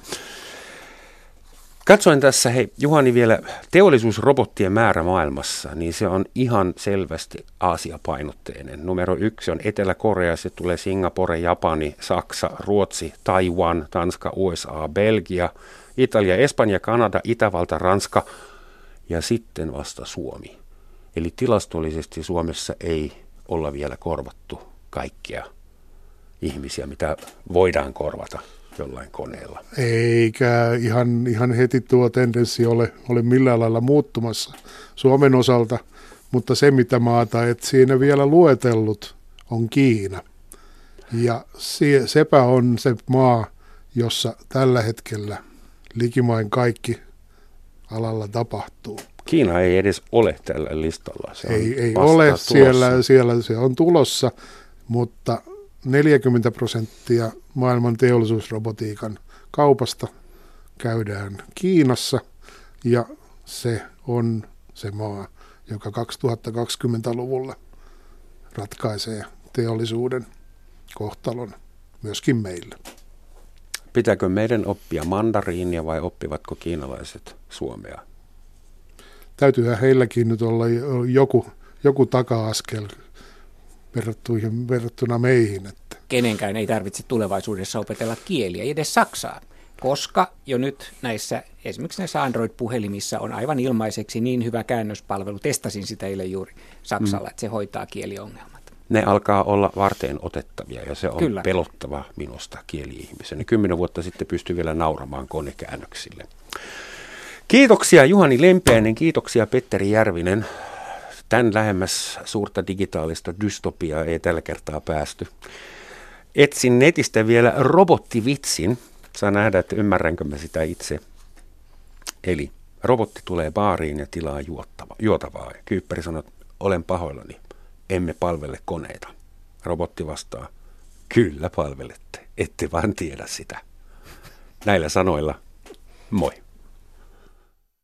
Katsoin tässä, Juhani, vielä teollisuusrobottien määrä maailmassa, niin se on ihan selvästi Aasia-painotteinen. Numero 1 on Etelä-Korea, se tulee Singapore, Japani, Saksa, Ruotsi, Taiwan, Tanska, USA, Belgia, Italia, Espanja, Kanada, Itävalta, Ranska ja sitten vasta Suomi. Eli tilastollisesti Suomessa ei olla vielä korvattu kaikkia ihmisiä, mitä voidaan korvata jollain koneella. Eikä ihan heti tuo tendenssi ole millään lailla muuttumassa Suomen osalta, mutta se mitä maata et siinä vielä luetellut on Kiina. Ja sepä on se maa, jossa tällä hetkellä likimain kaikki alalla tapahtuu. Kiina ei edes ole tällä listalla. Se ei ole, siellä se on tulossa, mutta 40% maailman teollisuusrobotiikan kaupasta käydään Kiinassa, ja se on se maa, joka 2020-luvulla ratkaisee teollisuuden kohtalon myöskin meillä. Pitääkö meidän oppia mandariinia vai oppivatko kiinalaiset suomea? Täytyyhän heilläkin nyt olla joku taka-askel verrattuna meihin. Että. Kenenkään ei tarvitse tulevaisuudessa opetella kieliä, ei edes saksaa, koska jo nyt esimerkiksi näissä Android-puhelimissa on aivan ilmaiseksi niin hyvä käännöspalvelu, testasin sitä eilen juuri Saksalla, että se hoitaa kieliongelmat. Ne alkaa olla varteen otettavia ja se on Kyllä. Pelottava minusta kieli-ihmisen. 10 vuotta sitten pystyi vielä nauramaan konekäännöksille. Kiitoksia Juhani Lempeäinen, kiitoksia Petteri Järvinen. Tän lähemmäs suurta digitaalista dystopiaa ei tällä kertaa päästy. Etsin netistä vielä robottivitsin. Saa nähdä, että ymmärränkö mä sitä itse. Eli robotti tulee baariin ja tilaa juotavaa. Ja kyyppäri sanoo, olen pahoillani, emme palvele koneita. Robotti vastaa, kyllä palvelette, ette vaan tiedä sitä. Näillä sanoilla, moi.